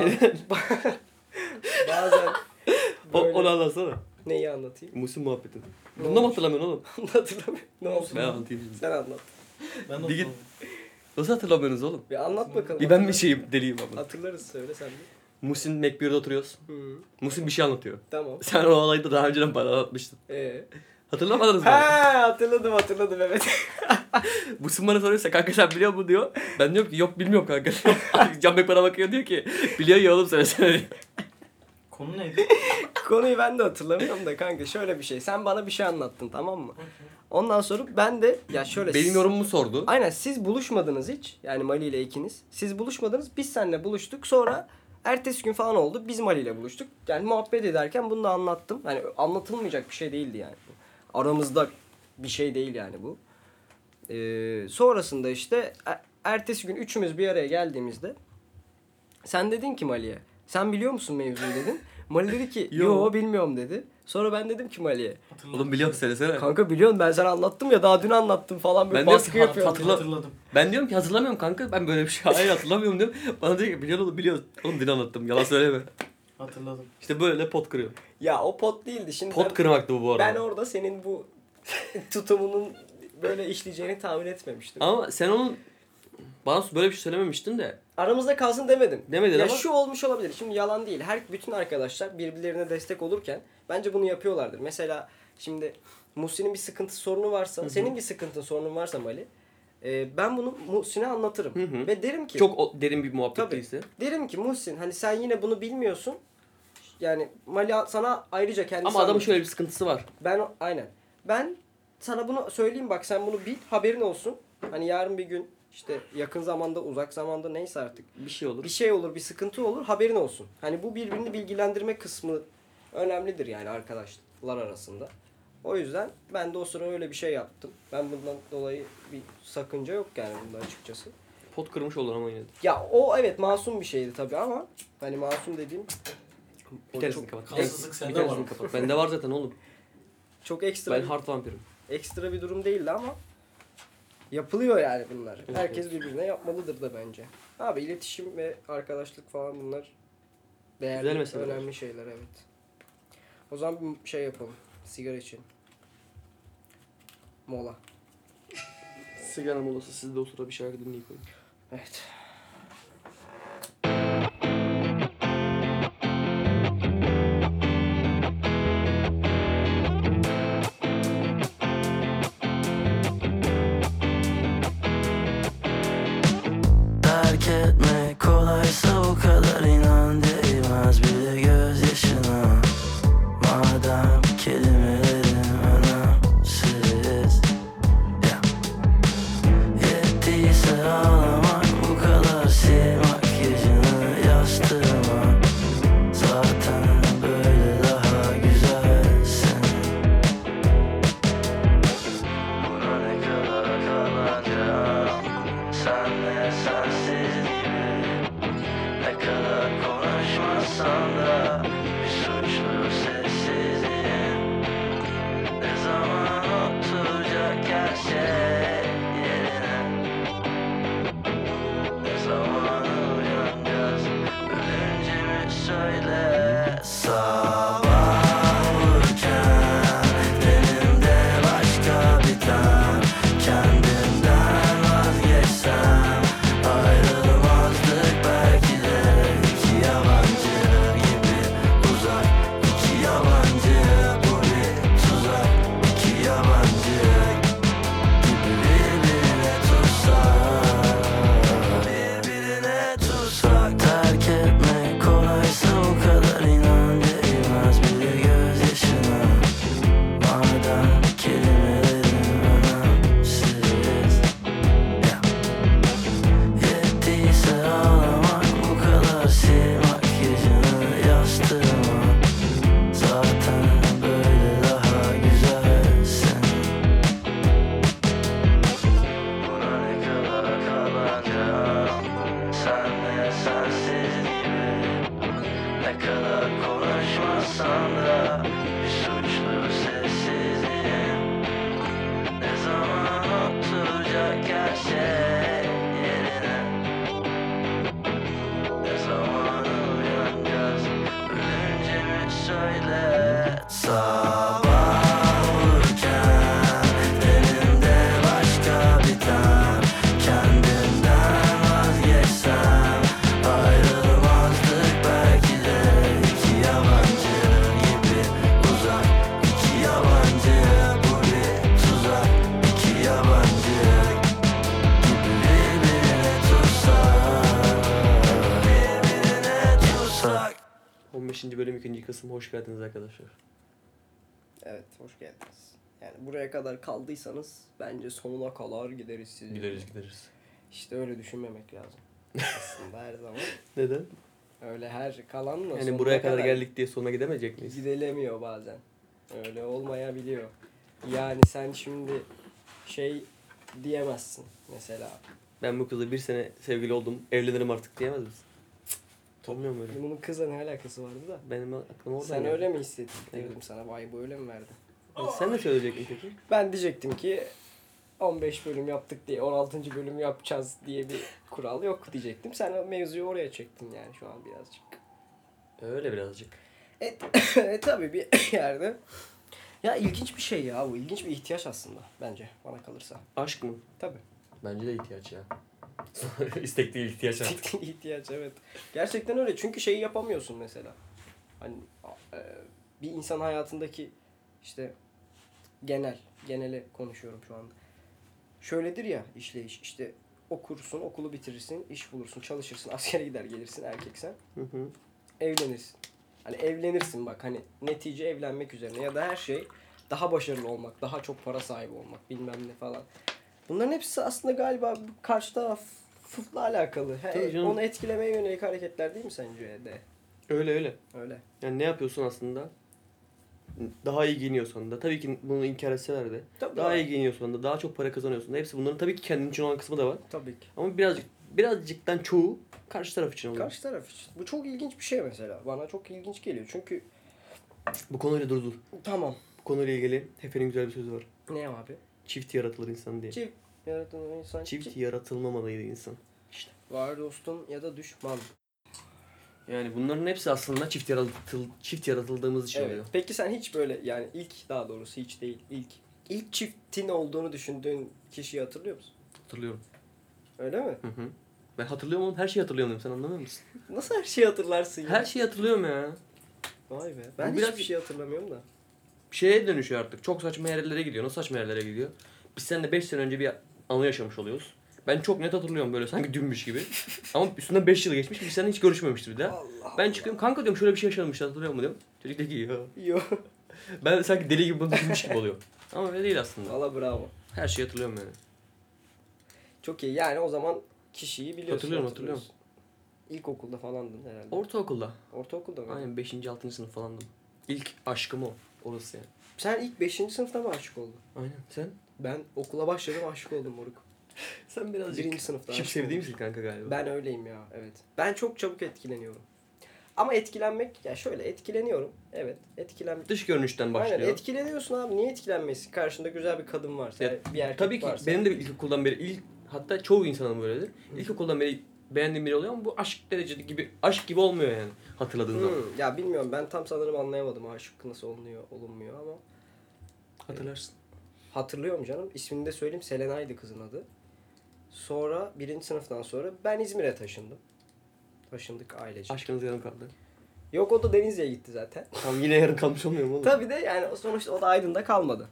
Speaker 1: Bazen böyle
Speaker 2: Onu anlatsana.
Speaker 1: neyi anlatayım?
Speaker 2: Musim muhabbetini.
Speaker 1: Ne
Speaker 2: Bunu da mı
Speaker 1: olmuş?
Speaker 2: hatırlamıyorsun oğlum?
Speaker 1: Hatırlamıyorum. Ne oldu?
Speaker 2: Ben anlatayım şimdi.
Speaker 1: Sen anlat.
Speaker 3: Ben de
Speaker 2: Bir git-
Speaker 3: oturmadım.
Speaker 2: Nasıl hatırlamıyorsunuz oğlum?
Speaker 1: Bir anlat bakalım.
Speaker 2: Bir ben bir şeyim deliyim ama.
Speaker 1: Hatırlarız söyle sen de.
Speaker 2: Musim McBeer'de oturuyoruz.
Speaker 1: Hı.
Speaker 2: Musim bir şey anlatıyor.
Speaker 1: Tamam.
Speaker 2: Sen o olayı da daha önceden bana anlatmıştın. Hatırlamadınız mı?
Speaker 1: Ha hatırladım evet.
Speaker 2: Musim bana soruyorsa kanka sen biliyor musun diyor. Ben diyorum ki yok bilmiyorum kanka. Can Bek bana bakıyor diyor ki biliyor ya oğlum söylesene diyor.
Speaker 3: Konu neydi?
Speaker 1: Konuyu ben de hatırlamıyorum da kanka şöyle bir şey. Sen bana bir şey anlattın tamam mı? Ondan sonra ben de ya şöyle
Speaker 2: Benim yorumumu sordu.
Speaker 1: Aynen siz buluşmadınız hiç. Yani Mali ile ikiniz. Siz buluşmadınız. Biz seninle buluştuk. Sonra ertesi gün falan oldu. Biz Mali ile buluştuk. Yani muhabbet ederken bunu da anlattım. Hani anlatılmayacak bir şey değildi yani. Aramızda bir şey değil yani bu. Sonrasında işte ertesi gün üçümüz bir araya geldiğimizde sen dedin ki Mali'ye sen biliyor musun mevzuyu dedin. Mali dedi ki yo bilmiyorum dedi. Sonra ben dedim ki Mali'ye
Speaker 3: Hatırladım.
Speaker 2: Oğlum biliyorum söylesene.
Speaker 1: kanka biliyorsun ben sana anlattım ya daha dün anlattım falan böyle
Speaker 2: Ben de
Speaker 1: baskı yapıyorum.
Speaker 3: Hatırladım.
Speaker 2: Ben diyorum ki hatırlamıyorum kanka ben böyle bir şey hayır hatırlamıyorum diyorum. Bana diyor ki biliyorsun oğlum biliyorsun. Oğlum dün anlattım yalan söyleme.
Speaker 3: Hatırladım.
Speaker 2: İşte böyle pot kırıyor.
Speaker 1: Ya o pot değildi. Şimdi
Speaker 2: Pot kırmaktı bu arada.
Speaker 1: ben orada senin bu tutumunun böyle işleyeceğini tahmin etmemiştim.
Speaker 2: Ama sen onun bana böyle bir şey söylememiştin de.
Speaker 1: Aramızda kalsın demedim.
Speaker 2: Demedin
Speaker 1: ya
Speaker 2: ama.
Speaker 1: şu olmuş olabilir. Şimdi yalan değil. Bütün arkadaşlar birbirlerine destek olurken bence bunu yapıyorlardır. Mesela Şimdi Muhsin'in bir sıkıntı sorunu varsa, senin bir sıkıntın sorunun varsa Mali, ben bunu Muhsin'e anlatırım. Ve derim ki...
Speaker 2: Çok derin bir muhabbet
Speaker 1: Tabii.
Speaker 2: değilse.
Speaker 1: Derim ki Muhsin hani sen yine bunu bilmiyorsun. Yani Mali sana ayrıca kendisi
Speaker 2: Ama adamın
Speaker 1: anlatır.
Speaker 2: şöyle bir sıkıntısı var.
Speaker 1: Aynen. Ben sana bunu söyleyeyim bak sen bunu bil, haberin olsun. Hani yarın bir gün işte yakın zamanda, uzak zamanda neyse artık
Speaker 2: Bir şey olur.
Speaker 1: bir şey olur, bir sıkıntı olur, haberin olsun. Hani bu birbirini bilgilendirme kısmı önemlidir yani arkadaşlar arasında. O yüzden ben de o sıra öyle bir şey yaptım. Ben bundan dolayı bir sakınca yok yani bunda açıkçası.
Speaker 2: Pot kırmış olur ama yine de.
Speaker 1: Ya o evet masum bir şeydi tabii ama hani masum dediğim
Speaker 2: Bir tanesini kapat.
Speaker 3: Kansızlık
Speaker 2: Bir
Speaker 3: sende
Speaker 2: tanesini
Speaker 3: var mı?
Speaker 2: kapat. Bende var zaten oğlum.
Speaker 1: çok ekstra
Speaker 2: Ben hard vampirim.
Speaker 1: ekstra bir durum değildi ama yapılıyor yani bunlar.
Speaker 2: Evet,
Speaker 1: Herkes
Speaker 2: evet.
Speaker 1: birbirine yapmalıdır da bence. Abi iletişim ve arkadaşlık falan bunlar değerli,
Speaker 2: Güzel meseleler.
Speaker 1: önemli şeyler evet. O zaman bir şey yapalım. Sigara için. Mola.
Speaker 2: Sigara molası, siz de o sırada bir şarkı dinleyip koyun.
Speaker 1: Evet.
Speaker 4: Terk etmek kolaysa bu kadar inan değmez bile gözyaşına. Madem kelimelerim önemsiz, yettiyse ağlamak bu kadar, sil makyajını yastığıma. Zaten böyle daha güzelsin. Buna ne kadar kalacağım? Senle sensiz gibi. Ne kadar konuşmasam da bir suçlu sessizliğim. Ne zaman oturacak her şey yerine? Ne zaman uyanacağız? Ölünce mi söyle? Sabah olurken tenimde başka bir ten. Kendimden vazgeçsem ayrılmazdık belki de. İki yabancı gibi uzak, iki yabancı, bu bir tuzak. İki yabancı gibi birbirine tutsak, birbirine tutsak. Terk etmek kolaysa bu kadar inan değmez bile gözyaşına. Madem kelimelerim önemsiz, yettiyse ağlamak bu kadar, sil makyajını yastığıma. Zaten böyle daha güzelsin. Buna ne kadar kalacağım? Senle sensiz gibi. Ne kadar konuşmasam da bir suçlu sessizliğim. Ne zaman oturacak her şey yerine? Ne zaman uyanacağız? Ölünce mi söyle? Sabah olurken tenimde başka bir ten. Kendimden vazgeçsem ayrılmazdık belki de. İki yabancı gibi uzak, iki yabancı, bu bir tuzak. İki yabancı gibi birbirine tutsak, birbirine tutsak.
Speaker 2: 15. bölüm 2. kısım. Hoş geldiniz arkadaşlar.
Speaker 1: Evet hoş geldiniz. Yani buraya kadar kaldıysanız bence sonuna kadar gideriz sizi.
Speaker 2: Gideriz.
Speaker 1: İşte öyle düşünmemek lazım. Aslında her zaman.
Speaker 2: Neden?
Speaker 1: Öyle her kalan mı?
Speaker 2: Yani
Speaker 1: sonuna
Speaker 2: buraya kadar geldik diye sonuna gidemeyecek miyiz?
Speaker 1: Gidilemiyor bazen. Öyle olmayabiliyor. Yani sen şimdi şey diyemezsin mesela.
Speaker 2: Ben bu kızla bir sene sevgili oldum, evlenirim artık diyemez misin? Olmuyor öyle?
Speaker 1: Bunun kızla ne alakası vardı da?
Speaker 2: Benim aklım orada.
Speaker 1: Sen
Speaker 2: yani.
Speaker 1: öyle mi hissettin?
Speaker 2: Evet.
Speaker 1: Dedim sana vay bu öyle mi verdi?
Speaker 2: Sen ne söyleyecektin peki?
Speaker 1: Ben diyecektim ki 15 bölüm yaptık diye 16. bölümü yapacağız diye bir kural yok diyecektim. Sen o mevzuyu oraya çektin yani şu an birazcık.
Speaker 2: Öyle birazcık.
Speaker 1: Tabii bir yerde. Ya ilginç bir şey ya bu. İlginç bir ihtiyaç aslında bence bana kalırsa.
Speaker 2: Aşk mı?
Speaker 1: Tabii.
Speaker 2: Bence de ihtiyaç ya. İstek değil, ihtiyaç artık.
Speaker 1: ihtiyaç evet. Gerçekten öyle çünkü şeyi yapamıyorsun mesela. Hani bir insan hayatındaki işte Genele konuşuyorum şu anda. Şöyledir ya işleyiş. İşte okursun, okulu bitirirsin, iş bulursun, çalışırsın, askere gider gelirsin erkeksen.
Speaker 2: Hı hı.
Speaker 1: Evlenirsin. Hani evlenirsin bak hani netice evlenmek üzerine ya da her şey daha başarılı olmak, daha çok para sahibi olmak bilmem ne falan. Bunların hepsi aslında galiba karşı tarafla alakalı.
Speaker 2: Tabii canım.
Speaker 1: Onu etkilemeye yönelik hareketler değil mi sence de?
Speaker 2: Öyle öyle.
Speaker 1: Öyle.
Speaker 2: Yani ne yapıyorsun aslında? Daha iyi giyiniyorsan da, tabii ki bunu inkar etseler de,
Speaker 1: Tabii
Speaker 2: daha iyi giyiniyorsan da, daha çok para kazanıyorsun da, hepsi bunların tabii ki kendin için olan kısmı da var.
Speaker 1: Tabii ki.
Speaker 2: Ama birazcıktan çoğu karşı taraf için oluyor.
Speaker 1: Karşı taraf için. Bu çok ilginç bir şey mesela. Bana çok ilginç geliyor. Çünkü
Speaker 2: Bu konuyla dur.
Speaker 1: tamam.
Speaker 2: Bu konuyla ilgili Hefe'nin güzel bir sözü var.
Speaker 1: Ne abi?
Speaker 2: Çift yaratılır insan diye.
Speaker 1: Çift yaratılan insan.
Speaker 2: Çift yaratılmamalıydı insan. İşte.
Speaker 1: Var dostum ya da düşman.
Speaker 2: Yani bunların hepsi aslında çift yaratıldığımız için
Speaker 1: Evet.
Speaker 2: oluyor.
Speaker 1: Peki sen hiç böyle yani ilk daha doğrusu hiç değil ilk çiftin olduğunu düşündüğün kişiyi hatırlıyor musun?
Speaker 2: Hatırlıyorum.
Speaker 1: Öyle mi?
Speaker 2: Hı hı. Ben hatırlıyorum oğlum, her şeyi hatırlıyorum diyorum. Sen anlamıyor musun?
Speaker 1: Nasıl her şeyi hatırlarsın ya?
Speaker 2: Her şeyi hatırlıyorum ya.
Speaker 1: Vay be. Ben
Speaker 2: Bu biraz-
Speaker 1: hiçbir şey hatırlamıyorum da.
Speaker 2: Bir şeye dönüşüyor artık. Çok saçma yerlere gidiyor. Nasıl saçma yerlere gidiyor? Biz seninle 5 sene önce bir anı yaşamış oluyoruz. Ben çok net hatırlıyorum böyle sanki dünmüş gibi. Ama üstünden 5 yıl geçmiş. Biz seninle hiç görüşmemiştir bir daha.
Speaker 1: Allah
Speaker 2: Ben çıkıyorum, kanka diyorum şöyle bir şey yaşanmıştı, hatırlıyor musun diyorum. Çocuk diyor ki ya.
Speaker 1: Yok.
Speaker 2: Ben sanki deli gibi bunu düşünmüş gibi oluyor. Ama öyle değil aslında.
Speaker 1: Valla bravo.
Speaker 2: Her şeyi hatırlıyorum yani.
Speaker 1: Çok iyi. Yani o zaman kişiyi biliyorsun.
Speaker 2: Hatırlıyorum.
Speaker 1: hatırlıyorsun. İlkokulda falandın herhalde.
Speaker 2: Ortaokulda.
Speaker 1: Ortaokulda mı?
Speaker 2: Aynen 5. 6. sınıf falandım. İlk aşkım o. Orası yani.
Speaker 1: Sen ilk 5. sınıfta mı aşık oldun?
Speaker 2: Aynen. Sen?
Speaker 1: Ben okula başladım aşık oldum moruk.
Speaker 2: Sen birazcık
Speaker 1: Birinci sınıfta
Speaker 2: şıp
Speaker 1: aşık
Speaker 2: sevdiğin
Speaker 1: oldum.
Speaker 2: misin kanka galiba?
Speaker 1: Ben öyleyim ya, evet. Ben çok çabuk etkileniyorum. Ama etkilenmek, ya şöyle etkileniyorum. Evet, etkilenmek.
Speaker 2: Dış görünüşten başlıyor.
Speaker 1: Aynen, etkileniyorsun abi. Niye etkilenmesin? Karşında güzel bir kadın varsa,
Speaker 2: Ya,
Speaker 1: bir erkek
Speaker 2: Tabii ki
Speaker 1: varsa.
Speaker 2: benim de ilkokuldan beri hatta çoğu insanın böyledir. İlkokuldan beri beğendiğim biri oluyor ama bu aşk gibi olmuyor yani hatırladığın zaman.
Speaker 1: Ya bilmiyorum, ben tam sanırım anlayamadım aşık nasıl olunuyor, olunmuyor ama.
Speaker 2: Hatırlarsın.
Speaker 1: Hatırlıyorum canım. İsmini de söyleyeyim. Selena'ydı kızın adı. Sonra birinci sınıftan sonra ben İzmir'e taşındım. Taşındık ailece.
Speaker 2: Aşkınız yarım kaldı.
Speaker 1: Yok, o da Denizli'ye gitti zaten.
Speaker 2: Tam yine yarım kalmış olmuyor mu oğlum?
Speaker 1: Tabii de yani sonuçta o da Aydın'da kalmadı.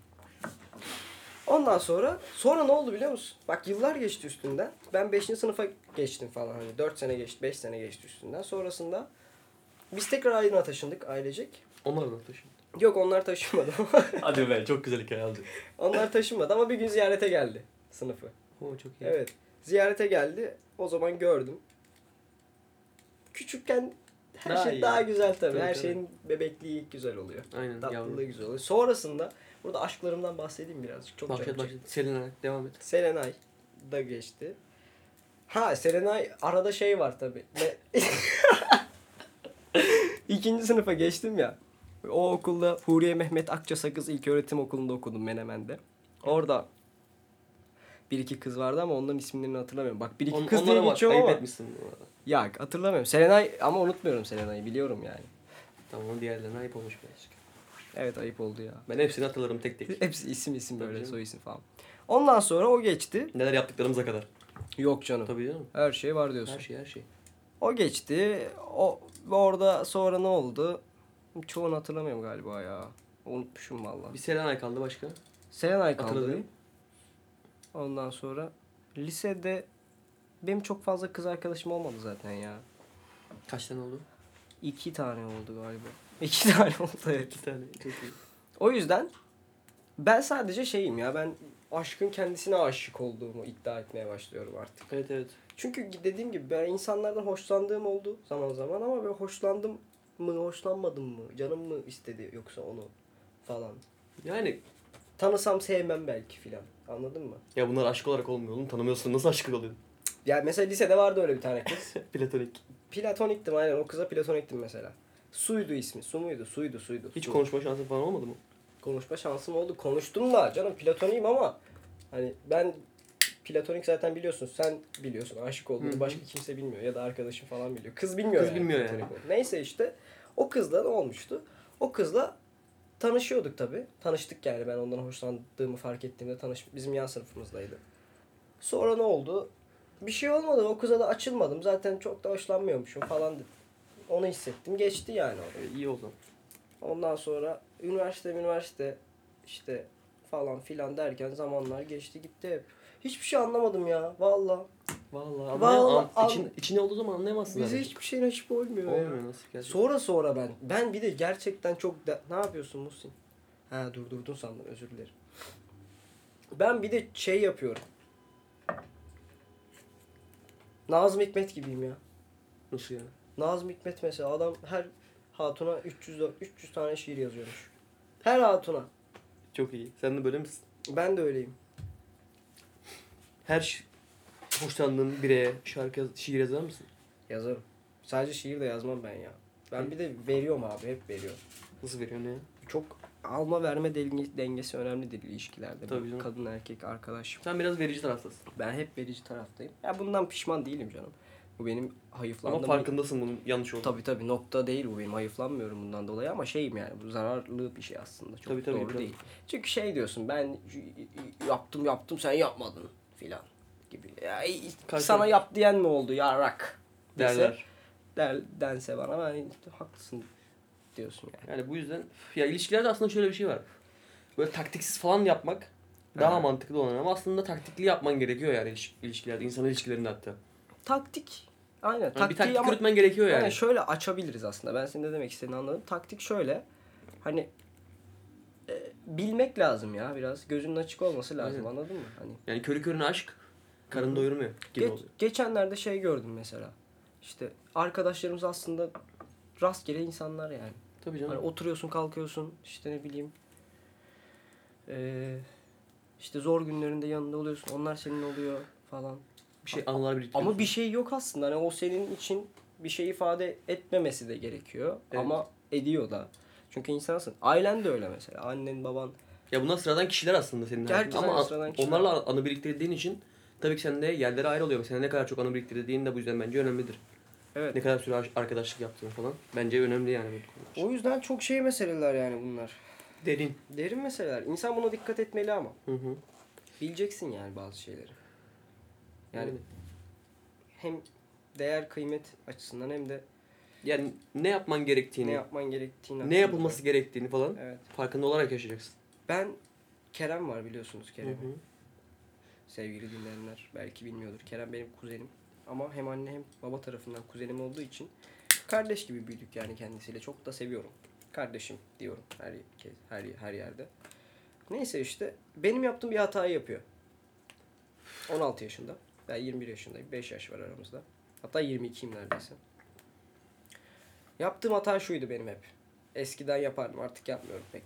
Speaker 1: Ondan sonra ne oldu biliyor musun? Bak yıllar geçti üstünden. Ben 5. sınıfa geçtim falan. Hani 4 sene geçti, 5 sene geçti üstünden. Sonrasında biz tekrar Aydın'a taşındık ailecek.
Speaker 2: Onlar da taşın.
Speaker 1: Yok, onlar taşınmadı.
Speaker 2: Hadi be, çok güzel hikaye aldı.
Speaker 1: Onlar taşınmadı ama bir gün ziyarete geldi sınıfı.
Speaker 2: Oo, çok iyi.
Speaker 1: Evet. Ziyarete geldi. O zaman gördüm. Küçükken her
Speaker 2: Daha
Speaker 1: şey
Speaker 2: iyi.
Speaker 1: daha güzel tabii.
Speaker 2: Tabii,
Speaker 1: Her
Speaker 2: tabii.
Speaker 1: şeyin bebekliği ilk güzel oluyor.
Speaker 2: Aynen
Speaker 1: Tatlılığı
Speaker 2: yavrum.
Speaker 1: güzel oluyor. Sonrasında burada aşklarımdan bahsedeyim birazcık. Çok
Speaker 2: Başlat
Speaker 1: canım
Speaker 2: başlat. Selena devam et.
Speaker 1: Serenay da geçti. Ha, Serenay arada şey var tabii. İkinci sınıfa geçtim ya. O okulda Huriye Mehmet Akçasakız İlköğretim Okulu'nda okudum Menemen'de. Orada bir iki kız vardı ama onların isimlerini hatırlamıyorum. Bak bir iki kız diye
Speaker 2: Onlara bak,
Speaker 1: geçiyorum
Speaker 2: ayıp
Speaker 1: ama.
Speaker 2: etmişsin bu arada.
Speaker 1: Ya hatırlamıyorum. Serenay ama unutmuyorum Serenay'ı, biliyorum yani.
Speaker 2: Tamam, diğerlerine ayıp olmuş birazcık.
Speaker 1: Evet, ayıp oldu ya.
Speaker 2: Ben hepsini hatırlarım tek tek.
Speaker 1: Hepsi isim
Speaker 2: Tabii
Speaker 1: böyle,
Speaker 2: canım.
Speaker 1: soy isim falan. Ondan sonra o geçti.
Speaker 2: Neler yaptıklarımıza kadar.
Speaker 1: Yok canım.
Speaker 2: Tabii canım.
Speaker 1: Her şey var diyorsun.
Speaker 2: Her şey.
Speaker 1: O geçti. Orada sonra ne oldu? Çoğunu hatırlamıyorum galiba ya. Unutmuşum valla.
Speaker 2: Bir Selena kaldı başka.
Speaker 1: Serenay kaldı.
Speaker 2: Hatırladın.
Speaker 1: Ondan sonra lisede benim çok fazla kız arkadaşım olmadı zaten ya.
Speaker 2: Kaç tane oldu?
Speaker 1: 2 tane oldu galiba. 2 tane oldu, evet.
Speaker 2: 2 tane. Çok iyi.
Speaker 1: O yüzden ben sadece şeyim ya, ben aşkın kendisine aşık olduğumu iddia etmeye başlıyorum artık.
Speaker 2: Evet.
Speaker 1: Çünkü dediğim gibi ben insanlardan hoşlandığım oldu zaman zaman ama ben hoşlandım mı, hoşlanmadım mı, canım mı istedi yoksa onu falan.
Speaker 2: Yani
Speaker 1: Tanısam sevmem belki filan. Anladın mı?
Speaker 2: ya bunlar aşk olarak olmuyor oğlum. Tanımıyorsun, nasıl aşık oluyor?
Speaker 1: Ya mesela lisede vardı öyle bir tane kız.
Speaker 2: Platonik.
Speaker 1: Platoniktim aynen, o kıza platoniktim mesela. Suydu ismi. Su muydu? Suydu.
Speaker 2: Hiç
Speaker 1: Su.
Speaker 2: konuşma şansın falan olmadı mı?
Speaker 1: Konuşma şansım oldu. Konuştum da canım, platoniyim ama hani ben platonik zaten biliyorsun. Sen biliyorsun aşık olduğunu.
Speaker 2: Hı-hı.
Speaker 1: Başka kimse bilmiyor ya da arkadaşım falan biliyor. Kız bilmiyor.
Speaker 2: Kız bilmiyor yani.
Speaker 1: platonik olduğunu. Neyse işte o kızla ne olmuştu? O kızla tanışıyorduk tabii. Tanıştık yani, ben ondan hoşlandığımı fark ettiğimde bizim yan sınıfımızdaydı. Sonra ne oldu? Bir şey olmadı. O kıza da açılmadım. Zaten çok da hoşlanmıyormuşum falan dedim. Onu hissettim. Geçti yani o.
Speaker 2: İyi o zaman.
Speaker 1: Ondan sonra üniversite işte falan filan derken zamanlar geçti gitti hep. Hiçbir şey anlamadım ya valla.
Speaker 2: Vallahi,
Speaker 1: Vallahi
Speaker 2: içine olduğu zaman anlayamazsın
Speaker 1: Bize
Speaker 2: zaten.
Speaker 1: hiçbir şey nasip olmuyor ya.
Speaker 2: Olmuyor nasıl gerçekten.
Speaker 1: Sonra ben bir de gerçekten çok ne yapıyorsun Muhsin? Ha durdurdun sandım özür dilerim. Ben bir de şey yapıyorum. Nazım Hikmet gibiyim ya.
Speaker 2: Nasıl yani?
Speaker 1: Nazım Hikmet mesela adam her hatuna 300 tane şiir yazıyormuş. Her hatuna.
Speaker 2: Çok iyi. Sen de böyle misin?
Speaker 1: Ben de öyleyim.
Speaker 2: Her hoşlandığın bireye şiir yazar mısın?
Speaker 1: Yazarım. Sadece şiir de yazmam ben ya. Ben bir de veriyorum abi hep veriyorum.
Speaker 2: Nasıl veriyorsun ya?
Speaker 1: Çok alma verme dengesi önemlidir ilişkilerde.
Speaker 2: Tabii
Speaker 1: Bu
Speaker 2: canım.
Speaker 1: kadın erkek arkadaş.
Speaker 2: Sen biraz verici taraftasın.
Speaker 1: Ben hep verici taraftayım. Ya bundan pişman değilim canım. Bu benim hayıflandığım...
Speaker 2: Ama farkındasın bunun yanlış olduğunu.
Speaker 1: Tabii nokta değil bu benim. Hayıflanmıyorum bundan dolayı ama şeyim yani bu zararlı bir şey aslında. Çok
Speaker 2: Tabii,
Speaker 1: doğru
Speaker 2: tabii.
Speaker 1: değil. Çünkü şey diyorsun ben yaptım sen yapmadın filan gibi. Ya, sana yap diyen mi oldu yarrak dese, dense bana ben haklısın diyorsun yani.
Speaker 2: Yani bu yüzden ya ilişkilerde aslında şöyle bir şey var. Böyle taktiksiz falan yapmak daha
Speaker 1: Ha.
Speaker 2: mantıklı olan ama aslında taktikli yapman gerekiyor yani ilişkilerde, insan ilişkilerinde hatta.
Speaker 1: Taktik. Aynen.
Speaker 2: Yani bir
Speaker 1: Taktiği
Speaker 2: taktik
Speaker 1: ama
Speaker 2: yürütmen gerekiyor yani.
Speaker 1: yani şöyle açabiliriz aslında. Ben senin ne demek istediğini anladım. Taktik şöyle. Hani bilmek lazım ya biraz. Gözünün açık olması lazım.
Speaker 2: Aynen.
Speaker 1: Anladın mı? Hani
Speaker 2: Yani körü körüne aşk karın doyurmuyor gibi oluyor.
Speaker 1: geçenlerde şey gördüm mesela. İşte arkadaşlarımız aslında rastgele insanlar yani.
Speaker 2: Tabii canım.
Speaker 1: Hani oturuyorsun, kalkıyorsun, işte ne bileyim. İşte zor günlerinde yanında oluyorsun. Onlar senin oluyor falan.
Speaker 2: Bir şey anılar biriktiriyorsun.
Speaker 1: Ama bir şey yok aslında. Hani o senin için bir şey ifade etmemesi de gerekiyor.
Speaker 2: Evet.
Speaker 1: Ama ediyor da. Çünkü insansın. Ailen de öyle mesela. Annen, baban.
Speaker 2: Ya bunlar sıradan kişiler aslında senin
Speaker 1: Gerçekten
Speaker 2: hayatında ama
Speaker 1: sıradan kişiler.
Speaker 2: onlarla anı biriktirdiğin için tabii ki sende yerleri ayrı oluyor. Mesela ne kadar çok anı biriktirdiğin de bu yüzden bence önemlidir.
Speaker 1: Evet.
Speaker 2: Ne kadar süre arkadaşlık yaptığın falan. Bence önemli yani bu konu.
Speaker 1: O yüzden çok şey meseleler yani bunlar.
Speaker 2: Derin.
Speaker 1: Derin meseleler. İnsan buna dikkat etmeli ama.
Speaker 2: Hı hı.
Speaker 1: Bileceksin yani bazı şeyleri. Yani
Speaker 2: Öyle.
Speaker 1: hem değer kıymet açısından hem de
Speaker 2: Yani ne yapman gerektiğini,
Speaker 1: ne yapman gerektiğini.
Speaker 2: ne
Speaker 1: hakkında.
Speaker 2: yapılması gerektiğini falan
Speaker 1: Evet.
Speaker 2: farkında olarak yaşayacaksın.
Speaker 1: Ben Kerem var biliyorsunuz Kerem'i.
Speaker 2: Hı hı.
Speaker 1: Sevgili dinleyenler belki bilmiyordur. Kerem benim kuzenim. Ama hem anne hem baba tarafından kuzenim olduğu için kardeş gibi büyüdük yani kendisiyle. Çok da seviyorum. Kardeşim diyorum her yerde. Neyse işte benim yaptığım bir hatayı yapıyor. 16 yaşında. Ben 21 yaşındayım. 5 yaş var aramızda. Hatta 22'yim neredeyse. Yaptığım hata şuydu benim hep. Eskiden yapardım artık yapmıyorum pek.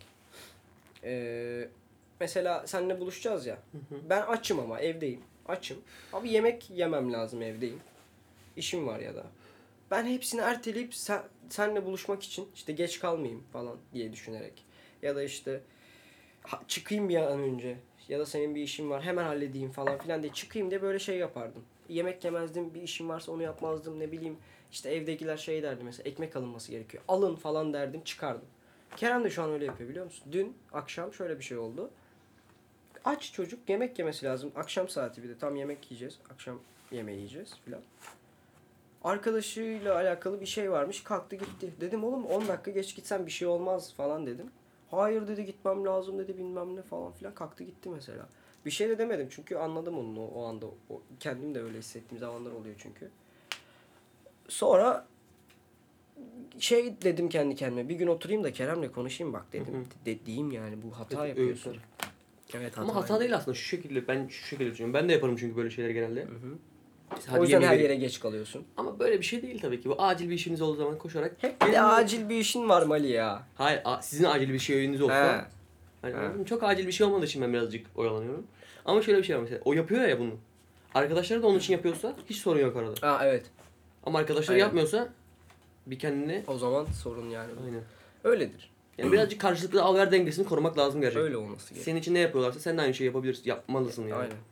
Speaker 1: Mesela seninle buluşacağız ya. Ben açım ama evdeyim. Açım. Abi yemek yemem lazım evdeyim. İşim var ya da. Ben hepsini erteleyip senle buluşmak için işte geç kalmayayım falan diye düşünerek. Ya da işte çıkayım bir an önce. Ya da senin bir işin var hemen halledeyim falan filan diye çıkayım diye böyle şey yapardım. Yemek yemezdim, bir işim varsa onu yapmazdım, ne bileyim. İşte evdekiler şey derdi mesela ekmek alınması gerekiyor. Alın falan derdim çıkardım. Kerem de şu an öyle yapıyor biliyor musun? Dün akşam şöyle bir şey oldu. Aç çocuk yemek yemesi lazım. Akşam saati bir de tam yemek yiyeceğiz. Akşam yemeği yiyeceğiz filan. Arkadaşıyla alakalı bir şey varmış. Kalktı gitti. Dedim oğlum 10 dakika geç gitsen bir şey olmaz falan dedim. Hayır dedi gitmem lazım dedi bilmem ne falan filan. Kalktı gitti mesela. Bir şey de demedim çünkü anladım onun o anda. Kendim de öyle hissettiğim zamanlar oluyor çünkü. Sonra şey dedim kendi kendime. Bir gün oturayım da Kerem'le konuşayım bak dedim. Diyeyim yani bu hata yapıyorsun.
Speaker 2: Öğütler.
Speaker 1: Evet
Speaker 2: Ama hata değil aslında şu şekilde. Ben şu şekilde düşünüyorum. Ben de yaparım çünkü böyle şeyleri genelde. Hadi
Speaker 1: O yüzden
Speaker 2: yemeği
Speaker 1: her
Speaker 2: vereyim.
Speaker 1: yere geç kalıyorsun.
Speaker 2: Ama böyle bir şey değil tabii ki. Bu acil bir işiniz olduğu zaman koşarak.
Speaker 1: Hep bir de acil bir işin var Mali ya.
Speaker 2: Hayır, sizin acil bir şeyiniz olsa.
Speaker 1: He.
Speaker 2: Hani
Speaker 1: He.
Speaker 2: anladın mı? Çok acil bir şey olmadığı için ben birazcık oyalanıyorum. Ama şöyle bir şey var mesela. O yapıyor ya bunu. Arkadaşları da onun için yapıyorsa hiç sorun yok arada.
Speaker 1: Aa evet.
Speaker 2: Ama arkadaşları
Speaker 1: Aynen.
Speaker 2: yapmıyorsa bir kendini...
Speaker 1: O zaman sorun yani.
Speaker 2: Aynen.
Speaker 1: Öyledir.
Speaker 2: Yani birazcık karşılıklı al-ver dengesini korumak lazım gerçekten.
Speaker 1: Öyle olması gerekiyor.
Speaker 2: Senin için ne yapıyorlarsa sen de aynı şeyi yapabilirsin. Yapmalısın yani.
Speaker 1: Aynen.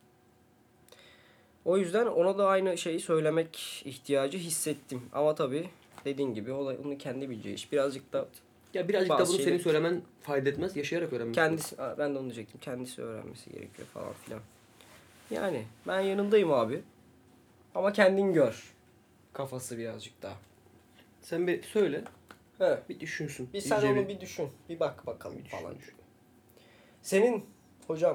Speaker 1: O yüzden ona da aynı şeyi söylemek ihtiyacı hissettim. Ama tabii dediğin gibi onu kendi bileceği iş. Birazcık da
Speaker 2: Ya birazcık da
Speaker 1: Bazı
Speaker 2: bunu senin
Speaker 1: şeyleri-
Speaker 2: söylemen fayda etmez. Yaşayarak öğrenmek lazım.
Speaker 1: kendisi, ben de onu diyecektim. Kendisi öğrenmesi gerekiyor falan filan. Yani ben yanındayım abi. Ama kendin gör. Kafası birazcık daha.
Speaker 2: Sen bir söyle.
Speaker 1: He.
Speaker 2: Bir düşünsün.
Speaker 1: Bir sen
Speaker 2: İyice
Speaker 1: onu bir düşün. Bir bak bakalım
Speaker 2: Bir düşün,
Speaker 1: falan.
Speaker 2: düşün.
Speaker 1: Senin hocam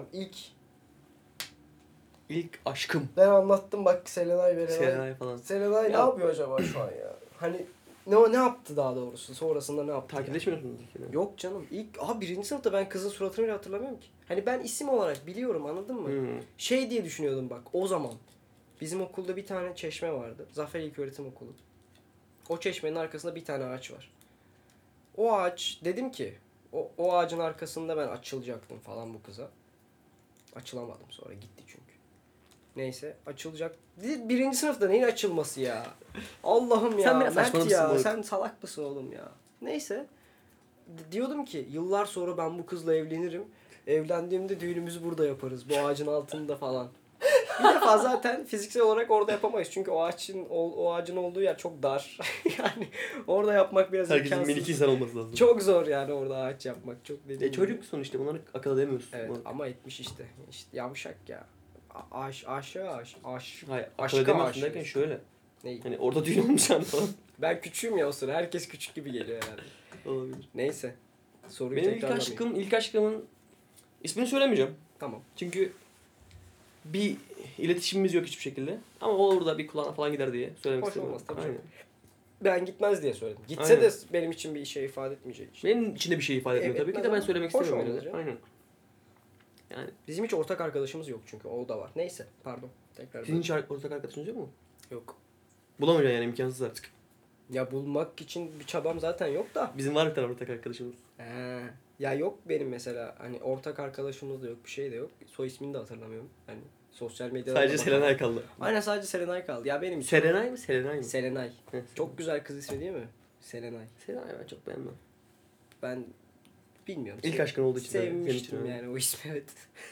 Speaker 2: İlk aşkım.
Speaker 1: ben anlattım bak Serenay
Speaker 2: Serenay falan.
Speaker 1: Serenay ne
Speaker 2: Ya-
Speaker 1: yapıyor acaba şu an ya? Hani ne yaptı daha doğrusu? Sonrasında ne yaptı?
Speaker 2: Takipleşmiyor musunuz?
Speaker 1: Yok canım. Birinci sınıfta ben kızın suratını bile hatırlamıyorum ki. Hani ben isim olarak biliyorum, anladın mı? Şey diye düşünüyordum bak o zaman. Bizim okulda bir tane çeşme vardı. Zafer İlköğretim Okulu. O çeşmenin arkasında bir tane ağaç var. O ağaç, dedim ki o ağacın arkasında ben açılacaktım falan bu kıza. Açılamadım, sonra gitti çünkü. Neyse açılacak. Birinci sınıfta neyin açılması ya? Allah'ım ya.
Speaker 2: Sen biraz
Speaker 1: Mert
Speaker 2: saçmalamışsın
Speaker 1: ya.
Speaker 2: moruk.
Speaker 1: Sen salak mısın oğlum ya? Neyse. Diyordum ki yıllar sonra ben bu kızla evlenirim. Evlendiğimde düğünümüzü burada yaparız. Bu ağacın altında falan. Bir defa zaten fiziksel olarak orada yapamayız. Çünkü o ağacın olduğu yer çok dar. Yani orada yapmak biraz
Speaker 2: Herkesin
Speaker 1: imkansız.
Speaker 2: minik insan olması lazım.
Speaker 1: Çok zor yani orada ağaç yapmak. Çok dediğim gibi.
Speaker 2: Çocuk sonuçta bunları akıl edemiyorsun.
Speaker 1: Evet
Speaker 2: Moruk.
Speaker 1: ama etmiş işte. İşte yavşak ya. Aşık.
Speaker 2: Hayır, akıl
Speaker 1: Aşka
Speaker 2: edemiyorsun
Speaker 1: aşığız.
Speaker 2: derken şöyle.
Speaker 1: Neyi?
Speaker 2: Hani orada düğün olmayacağını falan.
Speaker 1: Ben küçüğüm ya o sıra. Herkes küçük gibi geliyor herhalde.
Speaker 2: Olabilir.
Speaker 1: Neyse. Soruyu
Speaker 2: Benim
Speaker 1: tekrarlamayayım.
Speaker 2: ilk aşkımın ismini söylemeyeceğim.
Speaker 1: Tamam.
Speaker 2: Çünkü bir iletişimimiz yok hiçbir şekilde. Ama olur da bir kulağına falan gider diye söylemek
Speaker 1: Hoş
Speaker 2: istemiyorum.
Speaker 1: olmaz tabii
Speaker 2: Aynen.
Speaker 1: canım. Ben gitmez diye söyledim. Gitse
Speaker 2: Aynen.
Speaker 1: de benim için bir şey ifade etmeyecek.
Speaker 2: Benim için de bir şey ifade etmiyor
Speaker 1: Evet,
Speaker 2: tabii ki de
Speaker 1: neden?
Speaker 2: ben söylemek
Speaker 1: Hoş
Speaker 2: istemiyorum.
Speaker 1: olmaz
Speaker 2: yine de.
Speaker 1: canım.
Speaker 2: Aynen. Yani
Speaker 1: Bizim hiç ortak arkadaşımız yok çünkü o da var. Neyse pardon. Tekrar
Speaker 2: sizin hiç ortak arkadaşınız yok mu?
Speaker 1: yok.
Speaker 2: Bulamayacaksın yani imkansız artık.
Speaker 1: Ya bulmak için bir çabam zaten yok da.
Speaker 2: Bizim var bir tane ortak arkadaşımız.
Speaker 1: Ya yok benim mesela hani ortak arkadaşımız da yok, bir şey de yok. Soy ismini de hatırlamıyorum. Hani sosyal medyada
Speaker 2: Sadece
Speaker 1: da
Speaker 2: Serenay kaldı.
Speaker 1: Aynen sadece Serenay kaldı. Ya benim için.
Speaker 2: Serenay mı? Serenay mı?
Speaker 1: Serenay.
Speaker 2: Heh,
Speaker 1: Çok güzel kız ismi değil mi? Serenay.
Speaker 2: Serenay ben çok beğenmem.
Speaker 1: Ben bilmiyorum.
Speaker 2: İlk aşkın olduğu için. senin için
Speaker 1: Sevmiştim
Speaker 2: öyle.
Speaker 1: yani o ismi, evet.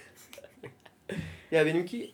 Speaker 2: Ya benimki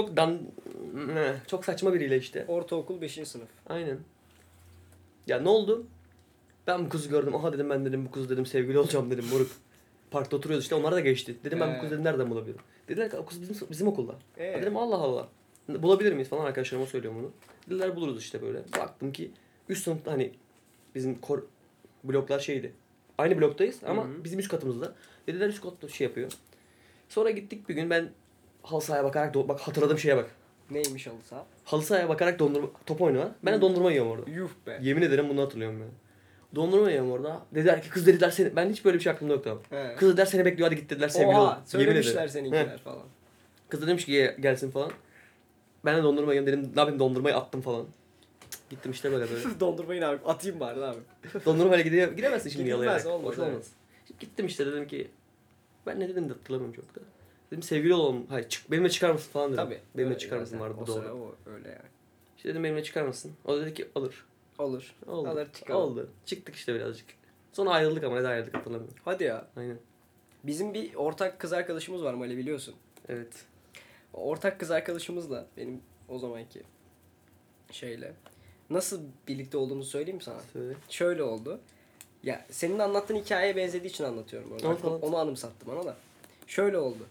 Speaker 2: çok saçma biriyle işte.
Speaker 1: Ortaokul 5. sınıf.
Speaker 2: Aynen. Ya ne oldu? Ben bu kızı gördüm. Aha dedim ben dedim bu kız dedim sevgili olacağım dedim moruk. Parkta oturuyoruz işte onlar da geçti. Dedim ben bu kızı dedim, nereden bulabilirim? Dediler ki o kız bizim okulda. Dedim Allah Allah. Bulabilir miyiz falan, arkadaşlarıma söylüyorum bunu. Dediler buluruz işte böyle. Baktım ki üst sınıfta hani bizim bloklar şeydi. Aynı bloktayız ama bizim üst katımızda. Dediler üst katta şey yapıyor. Sonra gittik bir gün ben halı sahaya bakarak bak hatırladığım şeye bak.
Speaker 1: Neymiş halı saha?
Speaker 2: Halı sahaya bakarak top oynuyorlar. Ben de dondurma yiyorum orada.
Speaker 1: Yuh be.
Speaker 2: Yemin ederim bunu hatırlıyorum ben. Dondurma yiyorum orada. Dediler ki kız dediler seni. Ben hiç böyle bir şey aklımda yoktu abi.
Speaker 1: He.
Speaker 2: Kız dediler seni bekliyor hadi git dediler sevgili ol.
Speaker 1: Oha
Speaker 2: Yemin
Speaker 1: söylemişler
Speaker 2: ederim.
Speaker 1: seninkiler
Speaker 2: He.
Speaker 1: falan.
Speaker 2: Kız da demiş ki gelsin falan. Ben de dondurma yiyorum dedim. Ne yapayım dondurmayı attım falan. Gittim işte böyle böyle.
Speaker 1: Dondurmayı abi atayım bari abi.
Speaker 2: Dondurmayla gidemezsin şimdi
Speaker 1: Gidilmez,
Speaker 2: yalayarak.
Speaker 1: olmaz,
Speaker 2: Hoş
Speaker 1: evet.
Speaker 2: olmaz. Şimdi gittim işte dedim ki ben ne dedim de hatırlamıyorum çok da. Dedim sevgili olalım. Hayır benimle çıkar mısın falan dedim.
Speaker 1: Tabii.
Speaker 2: Benimle
Speaker 1: öyle
Speaker 2: çıkar mısın
Speaker 1: zaten.
Speaker 2: vardı
Speaker 1: O
Speaker 2: bu
Speaker 1: sıra
Speaker 2: doğru.
Speaker 1: o öyle yani.
Speaker 2: İşte dedim benimle çıkar mısın? O dedi ki alır.
Speaker 1: Olur.
Speaker 2: Oldu.
Speaker 1: Alır çıkalım.
Speaker 2: Oldu. Çıktık işte birazcık. Sonra ayrıldık ama neden ayrıldık hatırlamıyorum.
Speaker 1: Hadi ya.
Speaker 2: Aynen.
Speaker 1: Bizim bir ortak kız arkadaşımız var Mali, biliyorsun.
Speaker 2: Evet.
Speaker 1: O ortak kız arkadaşımızla benim o zamanki şeyle nasıl birlikte olduğumuzu söyleyeyim mi sana?
Speaker 2: Söyle.
Speaker 1: Şöyle oldu. Ya senin anlattığın hikayeye benzediği için anlatıyorum orada.
Speaker 2: Anlat, anlat.
Speaker 1: Onu anımsattı bana da. Şöyle oldu.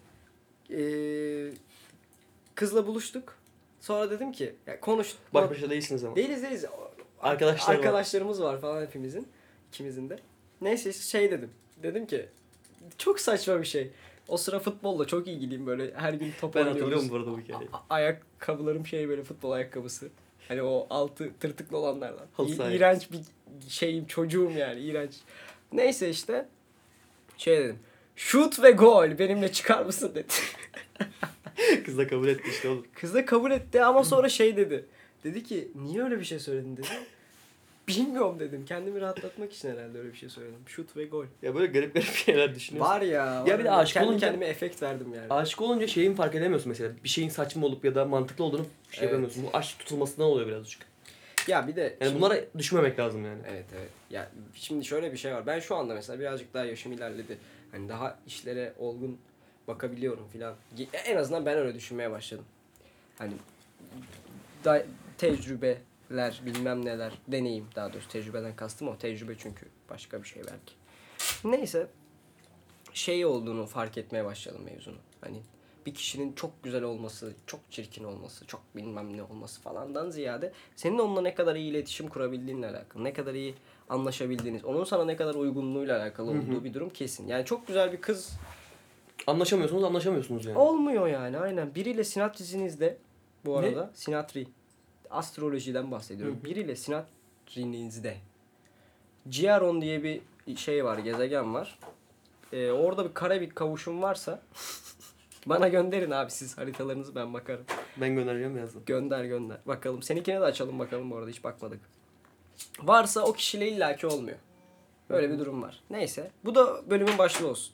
Speaker 1: Kızla buluştuk. Sonra dedim ki ya konuş.
Speaker 2: Baş başa değilsiniz ama.
Speaker 1: Değiliz.
Speaker 2: Arkadaşlarımız
Speaker 1: var falan hepimizin. İkimizin de. Neyse işte şey dedim. Dedim ki çok saçma bir şey. O sıra futbolla çok ilgiliyim böyle. Her gün top
Speaker 2: Ben
Speaker 1: oynuyoruz.
Speaker 2: hatırlıyorum bu arada bu hikayeyi.
Speaker 1: Ayakkabılarım şey böyle futbol ayakkabısı. Hani o altı tırtıklı olanlardan.
Speaker 2: Halı saha
Speaker 1: İğrenç bir şeyim, çocuğum yani, iğrenç. Neyse işte şey dedim. Şut ve gol benimle çıkar mısın dedi.
Speaker 2: Kız da kabul etti işte oğlum.
Speaker 1: Kız da kabul etti ama sonra şey dedi. Dedi ki niye öyle bir şey söyledin dedi. Bilmiyorum dedim. Kendimi rahatlatmak için herhalde öyle bir şey söyledim. Şut ve gol.
Speaker 2: Ya böyle garip garip şeyler düşünüyorsun.
Speaker 1: Var ya.
Speaker 2: Ya bir de aşık
Speaker 1: kendi
Speaker 2: olunca-
Speaker 1: kendime efekt verdim yani.
Speaker 2: Aşık olunca şeyin fark edemiyorsun mesela. Bir şeyin saçma olup ya da mantıklı olduğunu
Speaker 1: Evet.
Speaker 2: yapamıyorsun. Bu aşk tutulmasından oluyor birazcık.
Speaker 1: Ya bir de
Speaker 2: Yani
Speaker 1: şimdi-
Speaker 2: bunlara düşmemek lazım yani.
Speaker 1: Evet. Ya şimdi şöyle bir şey var. Ben şu anda mesela birazcık daha yaşım ilerledi. Hani daha işlere olgun bakabiliyorum filan. En azından ben öyle düşünmeye başladım. Hani tecrübeler, bilmem neler, deneyim daha doğrusu. Tecrübeden kastım o. Tecrübe çünkü başka bir şey belki. Neyse. Şey olduğunu fark etmeye başladım mevzunu. Hani bir kişinin çok güzel olması, çok çirkin olması, çok bilmem ne olması falandan ziyade senin onunla ne kadar iyi iletişim kurabildiğinle alakalı, ne kadar iyi anlaşabildiğiniz, onun sana ne kadar uygunluğuyla alakalı olduğu bir durum kesin. Yani çok güzel bir kız
Speaker 2: Anlaşamıyorsunuz yani.
Speaker 1: Olmuyor yani aynen. Biriyle sinatrizinizde bu arada sinatri astrolojiden bahsediyorum. Biriyle sinatrinizde Giaron diye bir şey var, gezegen var. Orada bir kare bir kavuşum varsa bana gönderin abi siz haritalarınızı, ben bakarım.
Speaker 2: Ben göndereceğim birazdan.
Speaker 1: Gönder. Bakalım. Seninkine de açalım bakalım bu arada, hiç bakmadık. Varsa o kişiyle illaki olmuyor. Böyle bir durum var. Neyse. Bu da bölümün başlığı olsun.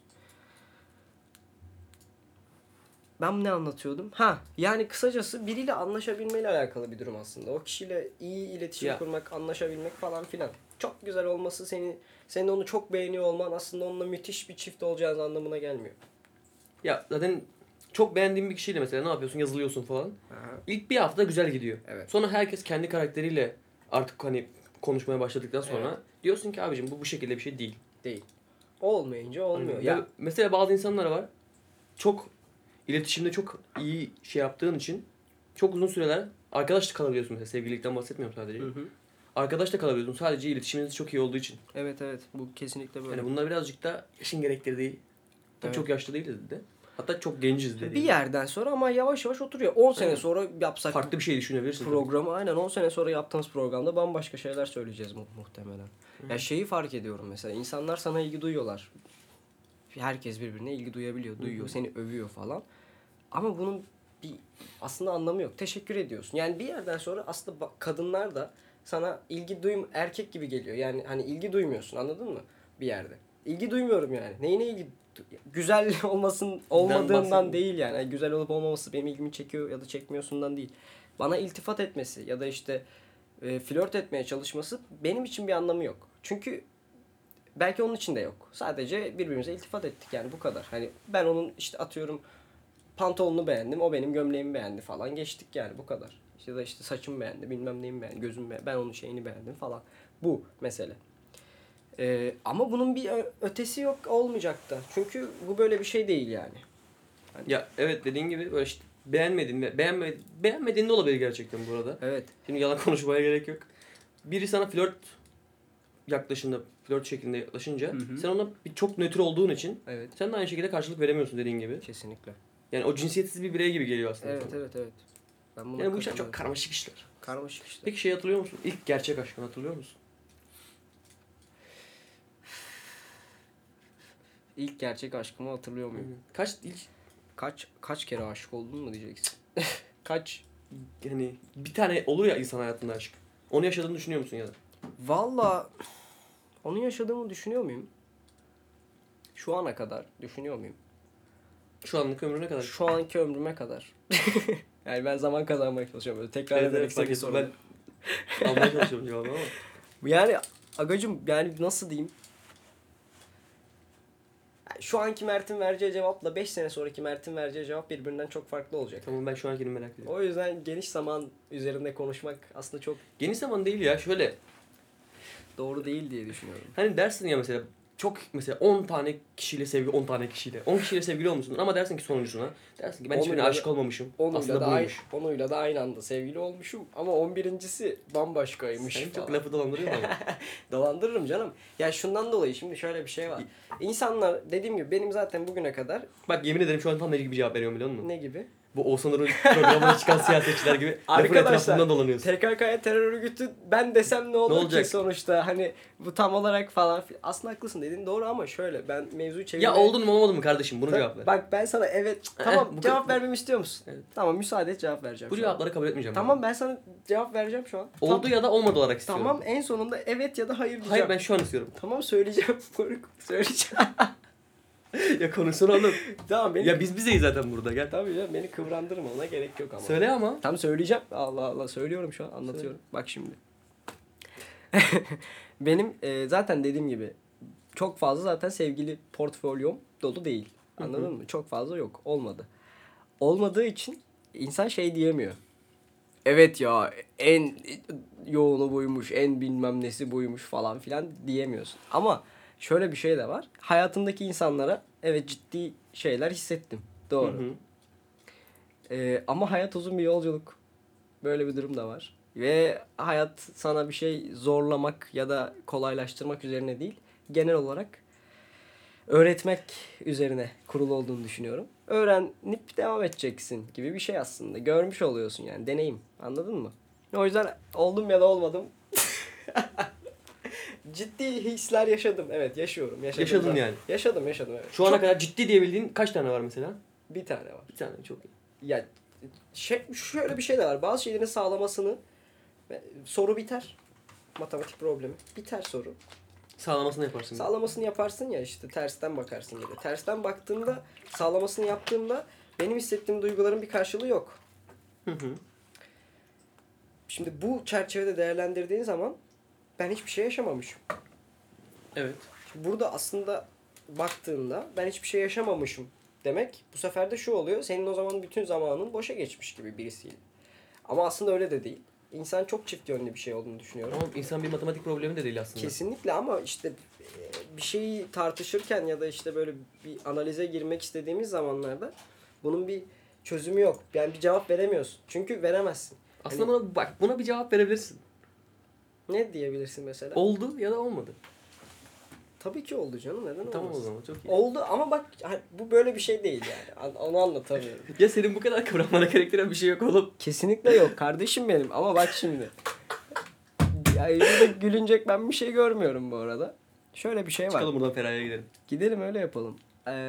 Speaker 1: Ben ne anlatıyordum? Yani kısacası biriyle anlaşabilmeyle alakalı bir durum aslında. O kişiyle iyi iletişim kurmak, anlaşabilmek falan filan. Çok güzel olması, senin onu çok beğeniyor olman aslında onunla müthiş bir çift olacağınız anlamına gelmiyor.
Speaker 2: Ya zaten çok beğendiğin bir kişiyle mesela ne yapıyorsun? Yazılıyorsun falan.
Speaker 1: Aha.
Speaker 2: İlk bir hafta güzel gidiyor.
Speaker 1: Evet.
Speaker 2: Sonra herkes kendi karakteriyle artık hani konuşmaya başladıktan sonra diyorsun ki abicim bu şekilde bir şey değil.
Speaker 1: Değil. Olmayınca olmuyor.
Speaker 2: Ya mesela bazı insanlar var. Çok iletişimde çok iyi şey yaptığın için çok uzun süreler arkadaş da kalabiliyorsun mesela, sevgililikten bahsetmiyorum sadece. Arkadaş da kalabiliyorsun sadece iletişiminiz çok iyi olduğu için.
Speaker 1: Evet. Bu kesinlikle böyle.
Speaker 2: Yani bunlar birazcık da yaşın gerektirdiği. Tabii çok yaşlı değiliz de. Hatta çok genciz de.
Speaker 1: Bir yerden sonra ama yavaş yavaş oturuyor. 10 sene sonra yapsak
Speaker 2: farklı bir şey düşünebilirsin.
Speaker 1: programı, aynen 10 sene sonra yaptığımız programda bambaşka şeyler söyleyeceğiz muhtemelen. Ya şeyi fark ediyorum mesela, insanlar sana ilgi duyuyorlar. Herkes birbirine ilgi duyabiliyor, duyuyor, seni övüyor falan. Ama bunun bir aslında anlamı yok. Teşekkür ediyorsun. Yani bir yerden sonra aslında kadınlar da sana erkek gibi geliyor. Yani hani ilgi duymuyorsun, anladın mı? Bir yerde. İlgi duymuyorum yani. Neyine ilgi güzel olmadığından değil yani. Yani güzel olup olmaması benim ilgimi çekiyor ya da çekmiyorsundan değil. Bana iltifat etmesi ya da işte flört etmeye çalışması benim için bir anlamı yok. Çünkü belki onun için de yok. Sadece birbirimize iltifat ettik yani, bu kadar. Hani ben onun işte atıyorum pantolonunu beğendim, o benim gömleğimi beğendi falan, geçtik yani, bu kadar. Ya da işte saçımı beğendi, bilmem neyimi beğendi, gözümü beğendi, ben onun şeyini beğendim falan. Bu mesele. Ama bunun bir ötesi yok, olmayacak da. Çünkü bu böyle bir şey değil yani. Hani...
Speaker 2: Ya evet, dediğin gibi böyle işte beğenmediğin de olabilir gerçekten bu arada.
Speaker 1: Evet.
Speaker 2: Şimdi yalan konuşmaya gerek yok. Biri sana flört şeklinde yaklaşınca sen ona çok nötr olduğun için sen de aynı şekilde karşılık veremiyorsun dediğin gibi.
Speaker 1: Kesinlikle.
Speaker 2: Yani o cinsiyetsiz bir birey gibi geliyor aslında.
Speaker 1: Evet. Ben
Speaker 2: yani bu işler çok karmaşık işler.
Speaker 1: Karmaşık işler.
Speaker 2: Peki hatırlıyor musun? İlk gerçek aşkını hatırlıyor musun?
Speaker 1: İlk gerçek aşkımı hatırlıyor muyum? Kaç kere aşık oldun mu diyeceksin?
Speaker 2: Yani bir tane olur ya insan hayatında aşk. Onu yaşadığını düşünüyor musun ya da?
Speaker 1: Valla onu yaşadığımı düşünüyor muyum? Şu ana kadar düşünüyor muyum?
Speaker 2: Şu anlık ömrüne kadar.
Speaker 1: Şu anki ömrüme kadar. Yani ben zaman kazanmaya çalışıyorum. Böyle tekrar ederek sanki soruları.
Speaker 2: Ben almaya çalışıyorum cevabı ama.
Speaker 1: Yani agacım, yani nasıl diyeyim? Yani şu anki Mert'in vereceği cevapla 5 sene sonraki Mert'in vereceği cevap birbirinden çok farklı olacak.
Speaker 2: Tamam, ben şu ankini merak ediyorum.
Speaker 1: O yüzden geniş zaman üzerinde konuşmak aslında çok
Speaker 2: Geniş zaman değil ya, şöyle.
Speaker 1: doğru değil diye düşünüyorum.
Speaker 2: Hani dersin ya mesela 10 tane kişiyle sevgili, 10 tane kişiyle. 10 kişiyle sevgili olmuşsun ama dersin ki sonuncusuna. Dersin ki ben hiçbirine aşık olmamışım. Aslında buymuş.
Speaker 1: Onuyla da aynı anda sevgili olmuşum ama 11.'si bambaşkaymış
Speaker 2: Sen
Speaker 1: falan.
Speaker 2: çok lafı dolandırıyor mu ama?
Speaker 1: Dolandırırım canım. Ya şundan dolayı şimdi şöyle bir şey var. İnsanlar, dediğim gibi benim zaten bugüne kadar...
Speaker 2: Bak yemin ederim şu an tam necik bir cevap veriyorum, biliyor musun?
Speaker 1: Ne gibi?
Speaker 2: Bu Oğuzhan Uğur'un programına çıkan siyasetçiler gibi lafın etrafından dolanıyorsun.
Speaker 1: TKK'ya terör örgütü ben desem ne olur
Speaker 2: olacak?
Speaker 1: ki sonuçta, hani bu tam olarak falan. Aslında haklısın, dediğin doğru ama şöyle, ben mevzuyu çevirmeye...
Speaker 2: Ya oldun mu olmadın mı kardeşim, bunu cevap ver.
Speaker 1: Bak ben sana tamam
Speaker 2: bu
Speaker 1: cevap
Speaker 2: kadar.
Speaker 1: vermemi istiyor musun?
Speaker 2: Evet.
Speaker 1: Tamam, müsaade et, cevap vereceğim.
Speaker 2: Bu
Speaker 1: şu an.
Speaker 2: cevapları kabul etmeyeceğim.
Speaker 1: Tamam, ben sana cevap vereceğim şu an.
Speaker 2: Oldu ya da olmadı olarak istiyorum.
Speaker 1: Tamam, en sonunda evet ya da hayır diyeceğim.
Speaker 2: Hayır, ben şu an istiyorum.
Speaker 1: Tamam, söyleyeceğim. Söyleyeceğim.
Speaker 2: Ya konuşsana oğlum.
Speaker 1: Tamam, beni...
Speaker 2: Ya biz bizeyiz zaten burada, gel.
Speaker 1: Tabii ya, beni kıvrandırmana gerek yok ama.
Speaker 2: Söyle ama.
Speaker 1: Tam söyleyeceğim. Allah Allah, söylüyorum şu an, anlatıyorum. Bak şimdi. Benim zaten dediğim gibi çok fazla zaten sevgili portfolyom dolu değil. Anladın mı? Çok fazla yok. Olmadı. Olmadığı için insan şey diyemiyor. Evet ya, en yoğunu buymuş, en bilmem nesi buymuş falan filan diyemiyorsun. Ama şöyle bir şey de var. Hayatımdaki insanlara evet ciddi şeyler hissettim. Doğru. Ama hayat uzun bir yolculuk. Böyle bir durum da var. Ve hayat sana bir şey zorlamak ya da kolaylaştırmak üzerine değil. Genel olarak öğretmek üzerine kurulu olduğunu düşünüyorum. Öğrenip devam edeceksin gibi bir şey aslında. Görmüş oluyorsun yani. Deneyim. Anladın mı? O yüzden oldum ya da olmadım. Ciddi hisler yaşadım. Evet, yaşıyorum.
Speaker 2: Yaşadın
Speaker 1: zaten.
Speaker 2: yani.
Speaker 1: Yaşadım evet.
Speaker 2: Şu ana
Speaker 1: Çok-
Speaker 2: kadar ciddi diyebildiğin kaç tane var mesela?
Speaker 1: bir tane var.
Speaker 2: Bir tane çok iyi.
Speaker 1: Ya şöyle bir şey de var. Bazı şeylerin sağlamasını soru biter. Matematik problemi. Biter soru.
Speaker 2: Sağlamasını yaparsın.
Speaker 1: Sağlamasını yaparsın ya işte tersten bakarsın gibi. Tersten baktığında sağlamasını yaptığımda benim hissettiğim duyguların bir karşılığı yok.
Speaker 2: Hı hı.
Speaker 1: Şimdi bu çerçevede değerlendirdiğin zaman ben hiçbir şey yaşamamışım.
Speaker 2: Evet.
Speaker 1: Şimdi burada aslında baktığında ben hiçbir şey yaşamamışım demek bu sefer de şu oluyor. Senin o zaman bütün zamanın boşa geçmiş gibi birisiyle. Ama aslında öyle de değil. İnsan çok çift yönlü bir şey olduğunu düşünüyorum.
Speaker 2: Ama insan bir matematik problemi de değil aslında.
Speaker 1: Kesinlikle ama işte bir şeyi tartışırken ya da işte böyle bir analize girmek istediğimiz zamanlarda bunun bir çözümü yok. Yani bir cevap veremiyorsun. Çünkü veremezsin.
Speaker 2: Aslında buna bir cevap verebilirsin.
Speaker 1: Ne diyebilirsin mesela?
Speaker 2: Oldu ya da olmadı.
Speaker 1: Tabii ki oldu canım. Neden olmasın?
Speaker 2: Tamam o zaman çok iyi.
Speaker 1: Oldu ama bak bu böyle bir şey değil yani. Onu anlatamıyorum.
Speaker 2: Ya senin bu kadar kıvranmana gerektiren bir şey yok oğlum.
Speaker 1: Kesinlikle yok kardeşim benim ama bak şimdi. Ya yüzünde gülünecek ben bir şey görmüyorum bu arada. Şöyle bir şey var.
Speaker 2: Çıkalım buradan Feraye'ye gidelim.
Speaker 1: Gidelim öyle yapalım.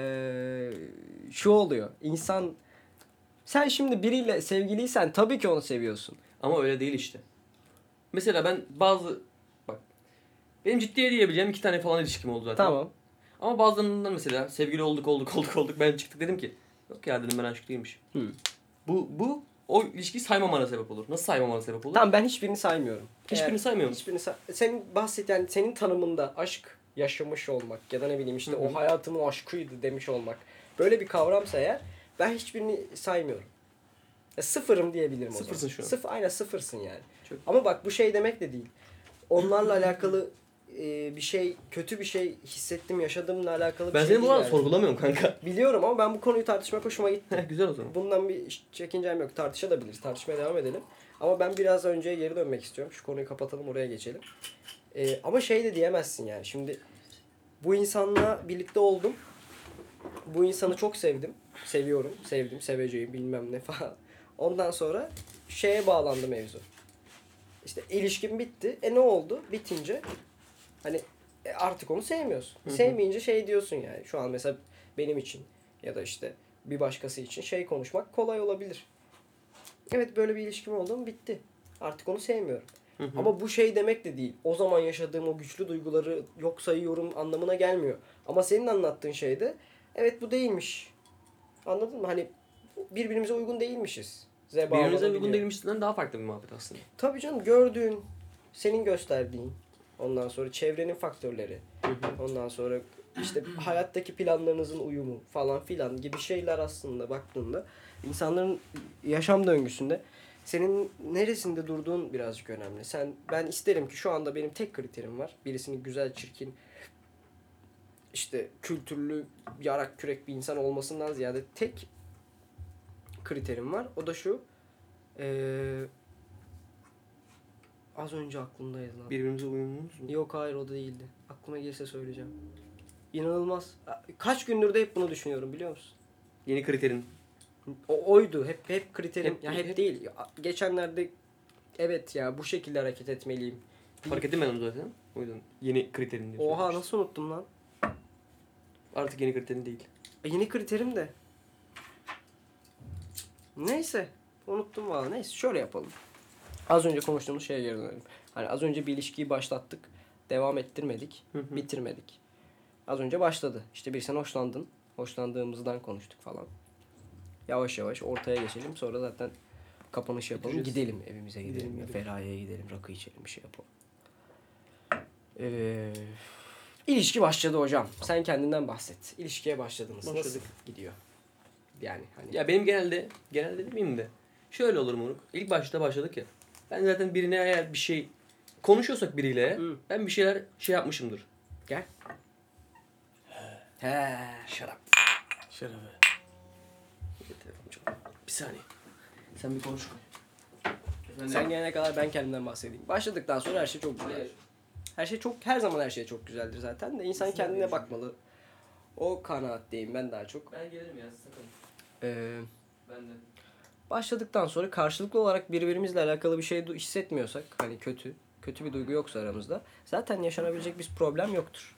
Speaker 1: Şu oluyor. İnsan sen şimdi biriyle sevgiliysen tabii ki onu seviyorsun.
Speaker 2: Ama öyle değil işte. Mesela ben bak benim ciddiye diyebileceğim 2 tane falan ilişkim oldu zaten.
Speaker 1: Tamam.
Speaker 2: Ama bazılarından mesela sevgili olduk ben çıktık dedim ki yok ya dedim ben aşık değilmiş.
Speaker 1: Hı.
Speaker 2: Bu o ilişkiyi saymamana sebep olur. Nasıl saymamana sebep olur?
Speaker 1: Tamam ben hiçbirini saymıyorum.
Speaker 2: Hiçbirini saymıyor musun?
Speaker 1: Senin yani senin tanımında aşk yaşamış olmak ya da ne bileyim işte
Speaker 2: Hı hı.
Speaker 1: o hayatımın aşkıydı demiş olmak. Böyle bir kavramsa eğer ben hiçbirini saymıyorum. Sıfırım diyebilirim o zaman.
Speaker 2: Sıfırsın şu an.
Speaker 1: Aynen sıfırsın yani.
Speaker 2: Çok-
Speaker 1: Ama bak bu şey demek de değil. Onlarla alakalı bir şey, kötü bir şey hissettim, yaşadığımla alakalı bir
Speaker 2: Ben
Speaker 1: şey
Speaker 2: seni bu
Speaker 1: değil
Speaker 2: arada
Speaker 1: yani.
Speaker 2: sorgulamıyorum kanka.
Speaker 1: Biliyorum ama ben bu konuyu tartışmak hoşuma gitti.
Speaker 2: Güzel o zaman.
Speaker 1: Bundan bir çekincem yok. Tartışabiliriz. Tartışmaya devam edelim. Ama ben biraz önceye geri dönmek istiyorum. Şu konuyu kapatalım, oraya geçelim. Ama şey de diyemezsin yani. Şimdi bu insanla birlikte oldum. Bu insanı çok sevdim. Seviyorum. Sevdim. Seveceğim bilmem ne falan. Ondan sonra şeye bağlandı mevzu. İşte ilişkim bitti. Ne oldu? Bitince hani artık onu sevmiyorsun.
Speaker 2: Hı hı.
Speaker 1: Sevmeyince şey diyorsun yani. Şu an mesela benim için ya da işte bir başkası için şey konuşmak kolay olabilir. Evet böyle bir ilişkim oldu mu bitti. Artık onu sevmiyorum.
Speaker 2: Hı hı.
Speaker 1: Ama bu şey demek de değil. O zaman yaşadığım o güçlü duyguları yok sayıyorum anlamına gelmiyor. Ama senin anlattığın şey de evet bu değilmiş. Anladın mı? Hani birbirimize uygun değilmişiz.
Speaker 2: Birbirimize uygun değilmişsinden daha farklı bir muhabbet aslında.
Speaker 1: Tabii canım gördüğün, senin gösterdiğin, ondan sonra çevrenin faktörleri, ondan sonra işte hayattaki planlarınızın uyumu falan filan gibi şeyler aslında baktığında insanların yaşam döngüsünde senin neresinde durduğun birazcık önemli. Ben isterim ki şu anda benim tek kriterim var. Birisinin güzel, çirkin, işte kültürlü, yarak kürek bir insan olmasından ziyade tek kriterim var. O da şu. Az önce aklımdaydı lan.
Speaker 2: Birbirimize uyumluyuz mu?
Speaker 1: Yok hayır o da değildi. Aklıma gelirse söyleyeceğim. İnanılmaz. Kaç gündür de hep bunu düşünüyorum biliyor musun?
Speaker 2: Yeni kriterin.
Speaker 1: Oydu. Hep kriterim.
Speaker 2: Hep-
Speaker 1: ya hep
Speaker 2: hep-
Speaker 1: değil. Geçenlerde evet ya bu şekilde hareket etmeliyim.
Speaker 2: Fark ettim ben onu zaten. O yüzden yeni kriterin diye
Speaker 1: Oha
Speaker 2: söylemiştim.
Speaker 1: nasıl unuttum lan?
Speaker 2: Artık yeni kriterin değil.
Speaker 1: Yeni kriterim de. Neyse. Unuttum valla. Neyse şöyle yapalım. Az önce konuştuğumuz şeye geri dönelim. Hani az önce bir ilişkiyi başlattık. Devam ettirmedik.
Speaker 2: Hı hı.
Speaker 1: Bitirmedik. Az önce başladı. İşte bir sen hoşlandın. Hoşlandığımızdan konuştuk falan. Yavaş yavaş ortaya geçelim. Sonra zaten kapanış yapalım.
Speaker 2: Bitireceğiz.
Speaker 1: Gidelim evimize gidelim.
Speaker 2: Gidelim,
Speaker 1: Ya
Speaker 2: gidelim.
Speaker 1: Feraye'ye gidelim. Rakı içelim bir şey yapalım. İlişki başladı hocam. Sen kendinden bahset. İlişkiye başladınız. Nasıl
Speaker 2: Başladık.
Speaker 1: gidiyor? Yani hani
Speaker 2: Ya benim genelde demeyeyim de şöyle olur Moruk. İlk başta başladık ya. Ben zaten birine eğer bir şey konuşuyorsak biriyle
Speaker 1: Hı.
Speaker 2: ben bir şeyler yapmışımdır.
Speaker 1: gel. He, şarap.
Speaker 3: Şerefe.
Speaker 2: Telefon çalıyor. Bir saniye. Sen bir konuş.
Speaker 1: Sen gelene kadar ben kendimden bahsedeyim. Başladıktan sonra her şey çok güzel. Her zaman her şey çok güzeldir zaten de insan kendine bakmalı. O kanaatteyim ben daha çok.
Speaker 2: Ben gelirim ya sakın.
Speaker 1: Ee,
Speaker 2: Ben de.
Speaker 1: başladıktan sonra karşılıklı olarak birbirimizle alakalı bir şey hissetmiyorsak, hani kötü bir duygu yoksa aramızda, zaten yaşanabilecek bir problem yoktur.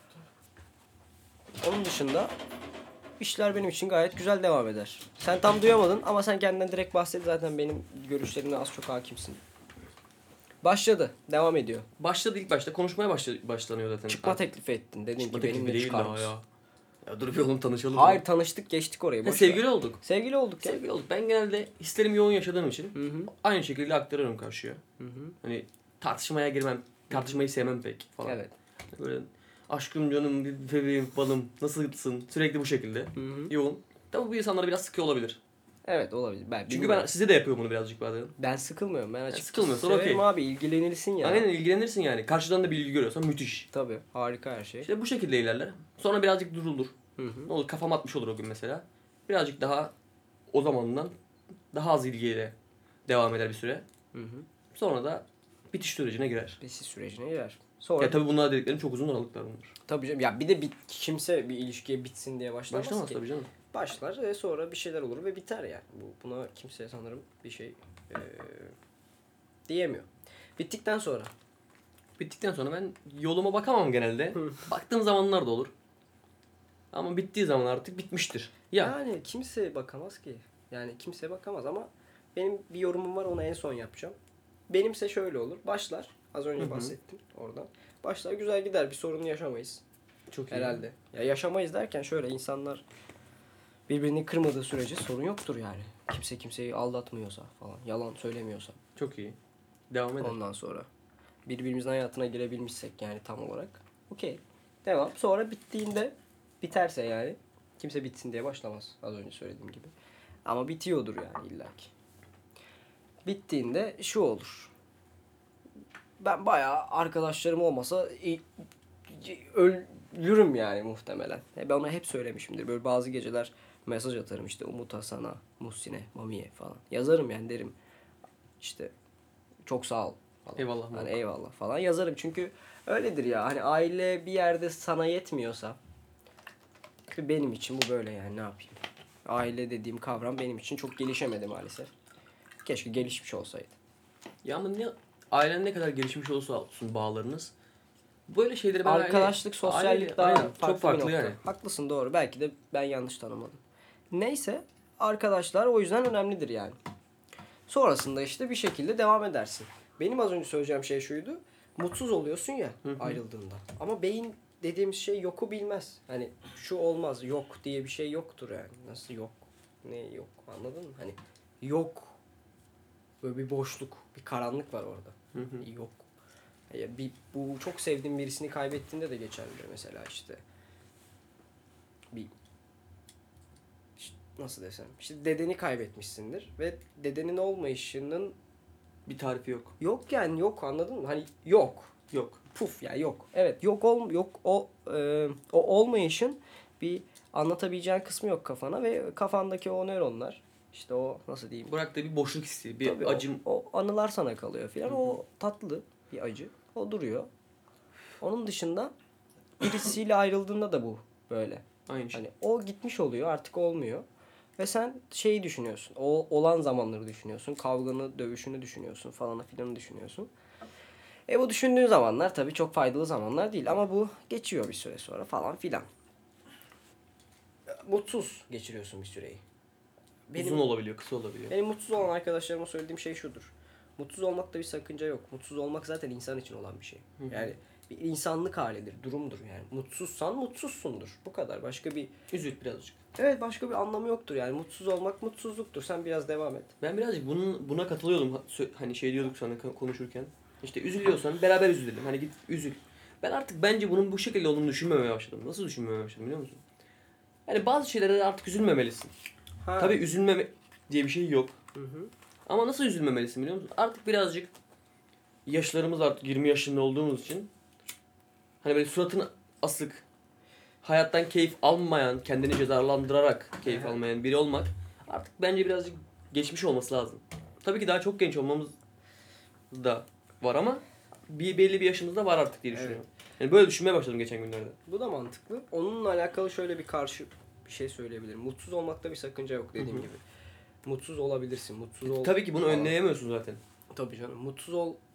Speaker 1: Onun dışında işler benim için gayet güzel devam eder. Sen tam duyamadın ama sen kendinden direkt bahset, zaten benim görüşlerime az çok hakimsin. Başladı, devam ediyor.
Speaker 2: Başladı ilk başta konuşmaya başlanıyor zaten.
Speaker 1: Çıkma teklifi ettin, dedin
Speaker 2: Çıkma
Speaker 1: ki
Speaker 2: teklifi
Speaker 1: benimle
Speaker 2: değil
Speaker 1: çıkar
Speaker 2: daha
Speaker 1: mısın?
Speaker 2: ya. Ya dur bir oğlum tanışalım.
Speaker 1: Hayır, tanıştık, geçtik orayı.
Speaker 2: Ha,
Speaker 1: boş ver.
Speaker 2: sevgili olduk.
Speaker 1: Sevgili olduk ya.
Speaker 2: Sevgili olduk. Ben genelde hislerimi yoğun yaşadığım için
Speaker 1: Hı hı.
Speaker 2: aynı şekilde aktarıyorum karşıya.
Speaker 1: Hı hı.
Speaker 2: Hani tartışmaya girmem. Tartışmayı sevmem pek falan.
Speaker 1: Evet.
Speaker 2: Böyle aşkım canım, bebeğim, balım, nasılsın? Sürekli bu şekilde.
Speaker 1: Hı hı.
Speaker 2: Yoğun. Tabii bu insanları biraz sıkıyor olabilir.
Speaker 1: Evet, olabilir.
Speaker 2: Çünkü
Speaker 1: bilmiyorum.
Speaker 2: ben size de yapıyorum bunu birazcık bazen.
Speaker 1: Ben sıkılmıyorum. Ben açıkçası
Speaker 2: sıkılmıyorsan
Speaker 1: severim
Speaker 2: okey.
Speaker 1: abi, ilgilenilsin ya.
Speaker 2: Aynen ilgilenirsin yani. Karşıdan da bilgi görüyorsan müthiş.
Speaker 1: Tabii, harika her şey.
Speaker 2: İşte bu şekilde ilerler. Sonra birazcık durulur.
Speaker 1: Hı hı.
Speaker 2: Ne olur kafam atmış olur o gün mesela. Birazcık daha o zamandan daha az ilgiyle devam eder bir süre.
Speaker 1: Hı hı.
Speaker 2: Sonra da bitiş sürecine girer.
Speaker 1: Besiz sürecine girer. Sonra
Speaker 2: Ya tabii bunlar dediklerim çok uzun aralıklar bunlar.
Speaker 1: tabii canım. Ya bir de kimse bir ilişkiye bitsin diye başlamaz
Speaker 2: Başlamaz
Speaker 1: ki.
Speaker 2: tabii canım.
Speaker 1: Başlar ve sonra bir şeyler olur ve biter yani. Buna kimse sanırım bir şey diyemiyor. Bittikten sonra.
Speaker 2: Bittikten sonra ben yoluma bakamam genelde. Baktığım zamanlar da olur. Ama bittiği zaman artık bitmiştir. Ya
Speaker 1: Yani kimse bakamaz ki. Yani kimse bakamaz ama benim bir yorumum var, onu en son yapacağım. Benimse şöyle olur. Başlar. Az önce
Speaker 2: Hı hı.
Speaker 1: bahsettim oradan. Başlar güzel gider. Bir sorun yaşamayız.
Speaker 2: çok iyi.
Speaker 1: Herhalde. Ya yaşamayız derken şöyle, insanlar birbirini kırmadığı sürece sorun yoktur yani. Kimse kimseyi aldatmıyorsa falan. Yalan söylemiyorsa.
Speaker 2: Çok iyi. Devam eder.
Speaker 1: Ondan sonra. Birbirimizin hayatına girebilmişsek yani tam olarak. Okey. Devam. Sonra bittiğinde, biterse yani. Kimse bitsin diye başlamaz. Az önce söylediğim gibi. Ama bitiyordur yani illaki. Bittiğinde şu olur. Ben bayağı arkadaşlarım olmasa ölürüm yani muhtemelen. Ben ona hep söylemişimdir. Böyle bazı geceler mesaj atarım işte Umut'a, sana, Muhsin'e, Mami'ye falan. Yazarım yani, derim işte çok sağ ol falan.
Speaker 2: Eyvallah.
Speaker 1: Hani eyvallah falan yazarım, çünkü öyledir ya. Hani aile bir yerde sana yetmiyorsa, benim için bu böyle yani, ne yapayım. Aile dediğim kavram benim için çok gelişemedi maalesef. Keşke gelişmiş olsaydı.
Speaker 2: Ya ama ailen ne kadar gelişmiş olsa olsun bağlarınız. Böyle şeyleri ben
Speaker 1: Arkadaşlık, sosyallik daha
Speaker 2: aynen,
Speaker 1: farklı
Speaker 2: çok farklı
Speaker 1: bir nokta.
Speaker 2: yani.
Speaker 1: Haklısın, doğru. Belki de ben yanlış tanımadım. Neyse, arkadaşlar o yüzden önemlidir yani. Sonrasında işte bir şekilde devam edersin. Benim az önce söyleyeceğim şey şuydu. Mutsuz oluyorsun ya ayrıldığında. Ama beyin dediğimiz şey yoku bilmez. Hani şu olmaz, yok diye bir şey yoktur yani. Nasıl yok? Ne yok? Anladın mı? Hani yok. Böyle bir boşluk, bir karanlık var orada. Yok. Ya bu çok sevdiğin birisini kaybettiğinde de geçerlidir mesela işte. Nasıl desem? İşte dedeni kaybetmişsindir ve dedenin olmayışının
Speaker 2: Bir tarifi yok.
Speaker 1: yok yani, yok, anladın mı? Hani yok.
Speaker 2: Yok.
Speaker 1: Puf yani yok. Evet, yok o olmayışın bir anlatabileceğin kısmı yok kafana ve kafandaki o nöronlar, işte o nasıl diyeyim?
Speaker 2: Bıraktığı bir boşluk hissi, bir
Speaker 1: Tabii
Speaker 2: acım.
Speaker 1: o anılar sana kalıyor filan. O tatlı bir acı. O duruyor. Onun dışında birisiyle ayrıldığında da bu böyle.
Speaker 2: Aynı şey.
Speaker 1: Hani o gitmiş oluyor, artık olmuyor. Ve sen şeyi düşünüyorsun. O olan zamanları düşünüyorsun. Kavganı, dövüşünü düşünüyorsun falan filanı düşünüyorsun. Bu düşündüğün zamanlar tabii çok faydalı zamanlar değil. Ama bu geçiyor bir süre sonra falan filan. Mutsuz geçiriyorsun bir süreyi.
Speaker 2: Uzun olabiliyor, kısa olabiliyor.
Speaker 1: Benim mutsuz olan arkadaşlarıma söylediğim şey şudur. Mutsuz olmakta bir sakınca yok. Mutsuz olmak zaten insan için olan bir şey. Yani bir insanlık halidir, durumdur yani. Mutsuzsan mutsuzsundur. Bu kadar. Başka bir...
Speaker 2: Üzül birazcık.
Speaker 1: Evet, başka bir anlamı yoktur yani. Mutsuz olmak mutsuzluktur. Sen biraz devam et.
Speaker 2: Ben birazcık buna katılıyordum. Hani şey diyorduk sana konuşurken. İşte üzülüyorsan beraber üzülelim. Hani git üzül. Ben artık bence bunun bu şekilde olduğunu düşünmemeye başladım. Nasıl düşünmemeye başladım biliyor musun? Yani bazı şeylere de artık üzülmemelisin. Tabii üzülmeme diye bir şey yok. Ama nasıl üzülmemelisin biliyor musun? Artık birazcık yaşlarımız artık 20 yaşında olduğumuz için hani böyle suratını asık, hayattan keyif almayan, kendini cezalandırarak keyif almayan biri olmak artık bence birazcık geçmiş olması lazım. Tabii ki daha çok genç olmamız da var ama belli bir yaşımızda var artık diye düşünüyorum. Yani böyle düşünmeye başladım geçen günlerde.
Speaker 1: Bu da mantıklı. Onunla alakalı şöyle bir karşı bir şey söyleyebilirim. Mutsuz olmakta bir sakınca yok dediğim gibi. Mutsuz olabilirsin. Mutsuz ol.
Speaker 2: Tabii ki bunu
Speaker 1: falan.
Speaker 2: önleyemiyorsun zaten.
Speaker 1: Tabii canım. Mutsuz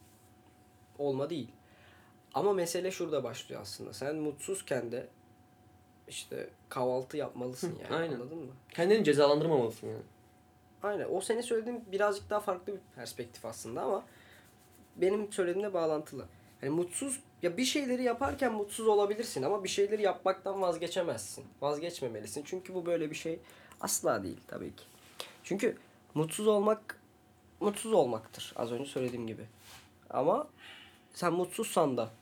Speaker 1: olma değil. Ama mesele şurada başlıyor aslında. Sen mutsuzken de işte kahvaltı yapmalısın yani.
Speaker 2: aynen.
Speaker 1: Anladın mı?
Speaker 2: Kendini cezalandırmamalısın yani.
Speaker 1: Aynen. O senin söylediğin birazcık daha farklı bir perspektif aslında ama benim söylediğimle bağlantılı. Yani mutsuz ya bir şeyleri yaparken mutsuz olabilirsin ama bir şeyleri yapmaktan vazgeçemezsin. Vazgeçmemelisin. Çünkü bu böyle bir şey asla değil tabii ki. Çünkü mutsuz olmaktır. Az önce söylediğim gibi. Ama sen mutsuzsan da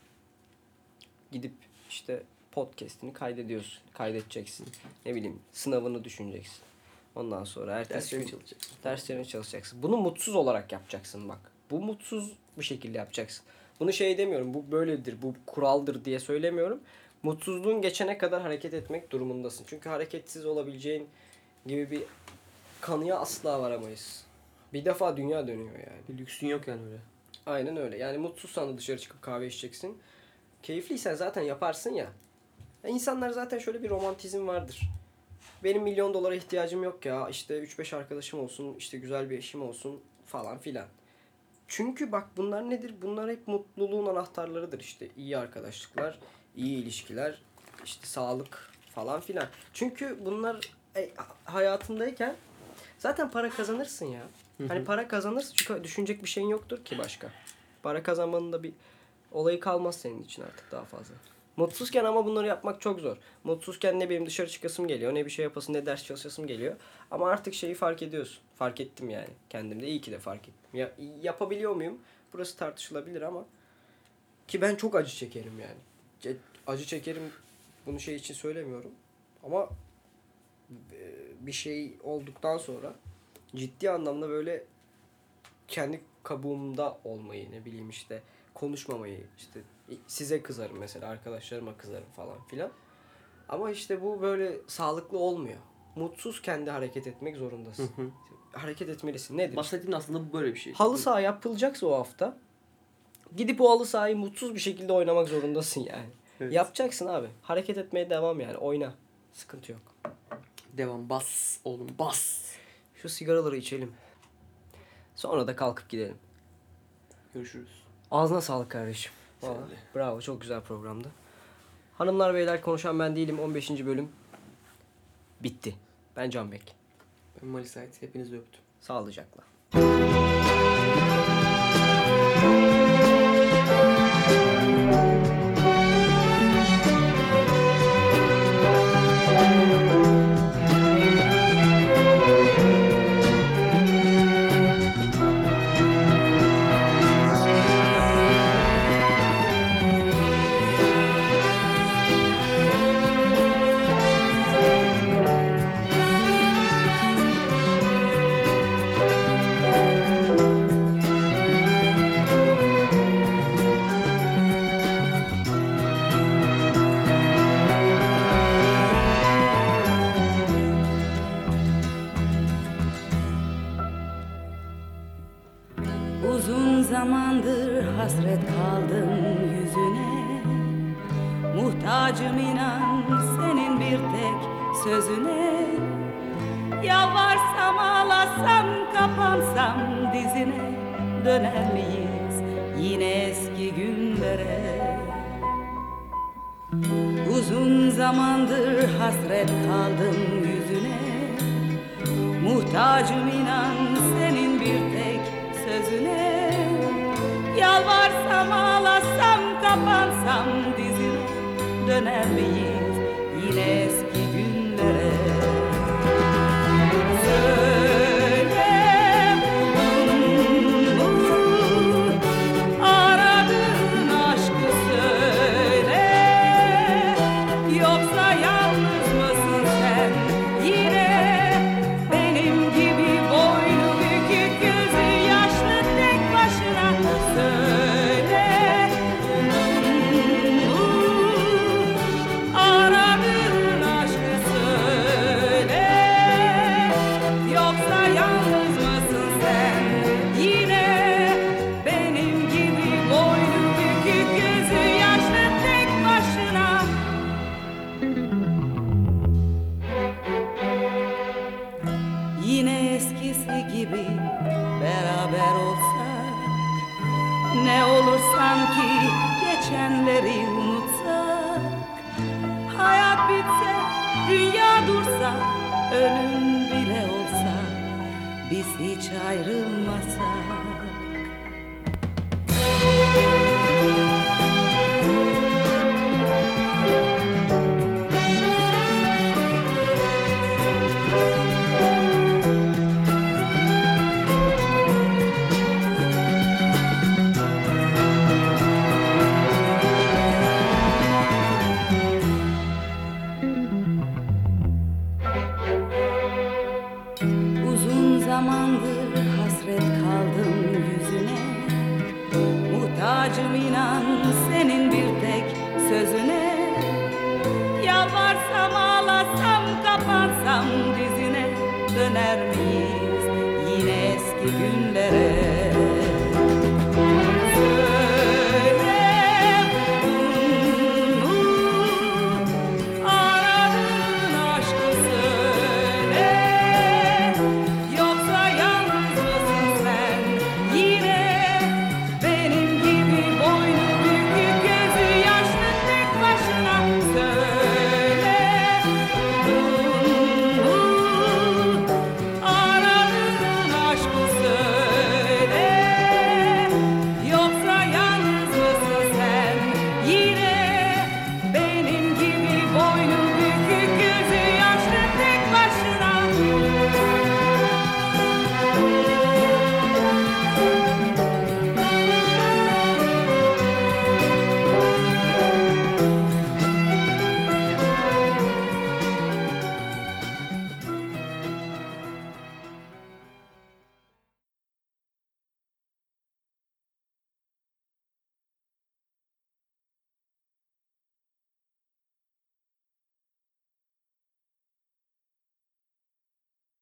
Speaker 1: gidip işte podcast'ini kaydedeceksin. Ne bileyim sınavını düşüneceksin. Ondan sonra
Speaker 2: Derslerini çalışacaksın.
Speaker 1: Derslerini çalışacaksın. Bunu mutsuz olarak yapacaksın bak. Bu mutsuz bir şekilde yapacaksın. Bunu şey demiyorum. Bu böyledir, bu kuraldır diye söylemiyorum. Mutsuzluğun geçene kadar hareket etmek durumundasın. Çünkü hareketsiz olabileceğin gibi bir kanıya asla varamayız. Bir defa dünya dönüyor yani.
Speaker 2: Bir lüksün yok yani öyle.
Speaker 1: Aynen öyle. Yani mutsuzsan da dışarı çıkıp kahve içeceksin. Keyifliysen zaten yaparsın ya. İnsanlar zaten şöyle bir romantizm vardır. Benim $1.000.000'a ihtiyacım yok ya. İşte 3-5 arkadaşım olsun, işte güzel bir eşim olsun falan filan. Çünkü bak bunlar nedir? Bunlar hep mutluluğun anahtarlarıdır işte. İyi arkadaşlıklar, iyi ilişkiler, işte sağlık falan filan. Çünkü bunlar hayatındayken zaten para kazanırsın ya. Hani para kazanırsın çünkü düşünecek bir şeyin yoktur ki başka. Para kazanmanın da bir olayı kalmaz senin için artık daha fazla. Mutsuzken ama bunları yapmak çok zor. Mutsuzken ne benim dışarı çıkasım geliyor, ne bir şey yapasım, ne ders çalışasım geliyor. Ama artık şeyi fark ediyorsun. Fark ettim yani. Kendimde iyi ki de fark ettim. Yapabiliyor muyum? Burası tartışılabilir ama ki ben çok acı çekerim yani. Acı çekerim bunu şey için söylemiyorum. Ama bir şey olduktan sonra ciddi anlamda böyle kendi kabuğumda olmayı, ne bileyim işte konuşmamayı, işte size kızarım mesela, arkadaşlarıma kızarım falan filan. Ama işte bu böyle sağlıklı olmuyor. Mutsuzken de hareket etmek zorundasın. Hareket etmelisin. Nedir?
Speaker 2: Bahsettiğin aslında bu böyle bir şey.
Speaker 1: Halı saha yapılacaksa o hafta gidip o halı sahayı mutsuz bir şekilde oynamak zorundasın yani.
Speaker 2: Evet.
Speaker 1: Yapacaksın abi. Hareket etmeye devam yani. Oyna. Sıkıntı yok.
Speaker 2: Devam, bas oğlum, bas.
Speaker 1: Şu sigaraları içelim. Sonra da kalkıp gidelim.
Speaker 2: Görüşürüz.
Speaker 1: Ağzına sağlık kardeşim.
Speaker 2: Sen
Speaker 1: Vallahi
Speaker 2: de.
Speaker 1: bravo, çok güzel programdı. Hanımlar beyler, konuşan ben değilim. 15. bölüm bitti. Ben Canbek.
Speaker 2: Ben Malis Ait. Hepinizi öptüm.
Speaker 1: Sağlıcakla.
Speaker 5: Uzun zamandır hasret kaldım yüzüne, muhtacım inan senin bir tek sözüne. Yalvarsam ağlasam kapansam dizine, döner miyiz yine eski günlere? Uzun zamandır hasret kaldım yüzüne, muhtacım inan senin bir tek sözüne. Yalvarsam ağlasam kapansam dizine, döner miyiz yine eski günlere? Söyle buldun mu aradığın aşkı, söyle, yoksa yalnız mısın sen yine benim gibi boynu bükük gözü yaşlı tek başına? Söyle buldun mu aradığın aşkı, dünya dursa, ölüm bile olsa, biz hiç ayrılmasak. Uzun zamandır hasret kaldım yüzüne, muhtacım inan senin bir tek sözüne. Yalvarsam ağlasam kapansam dizine, döner miyiz yine eski günlere?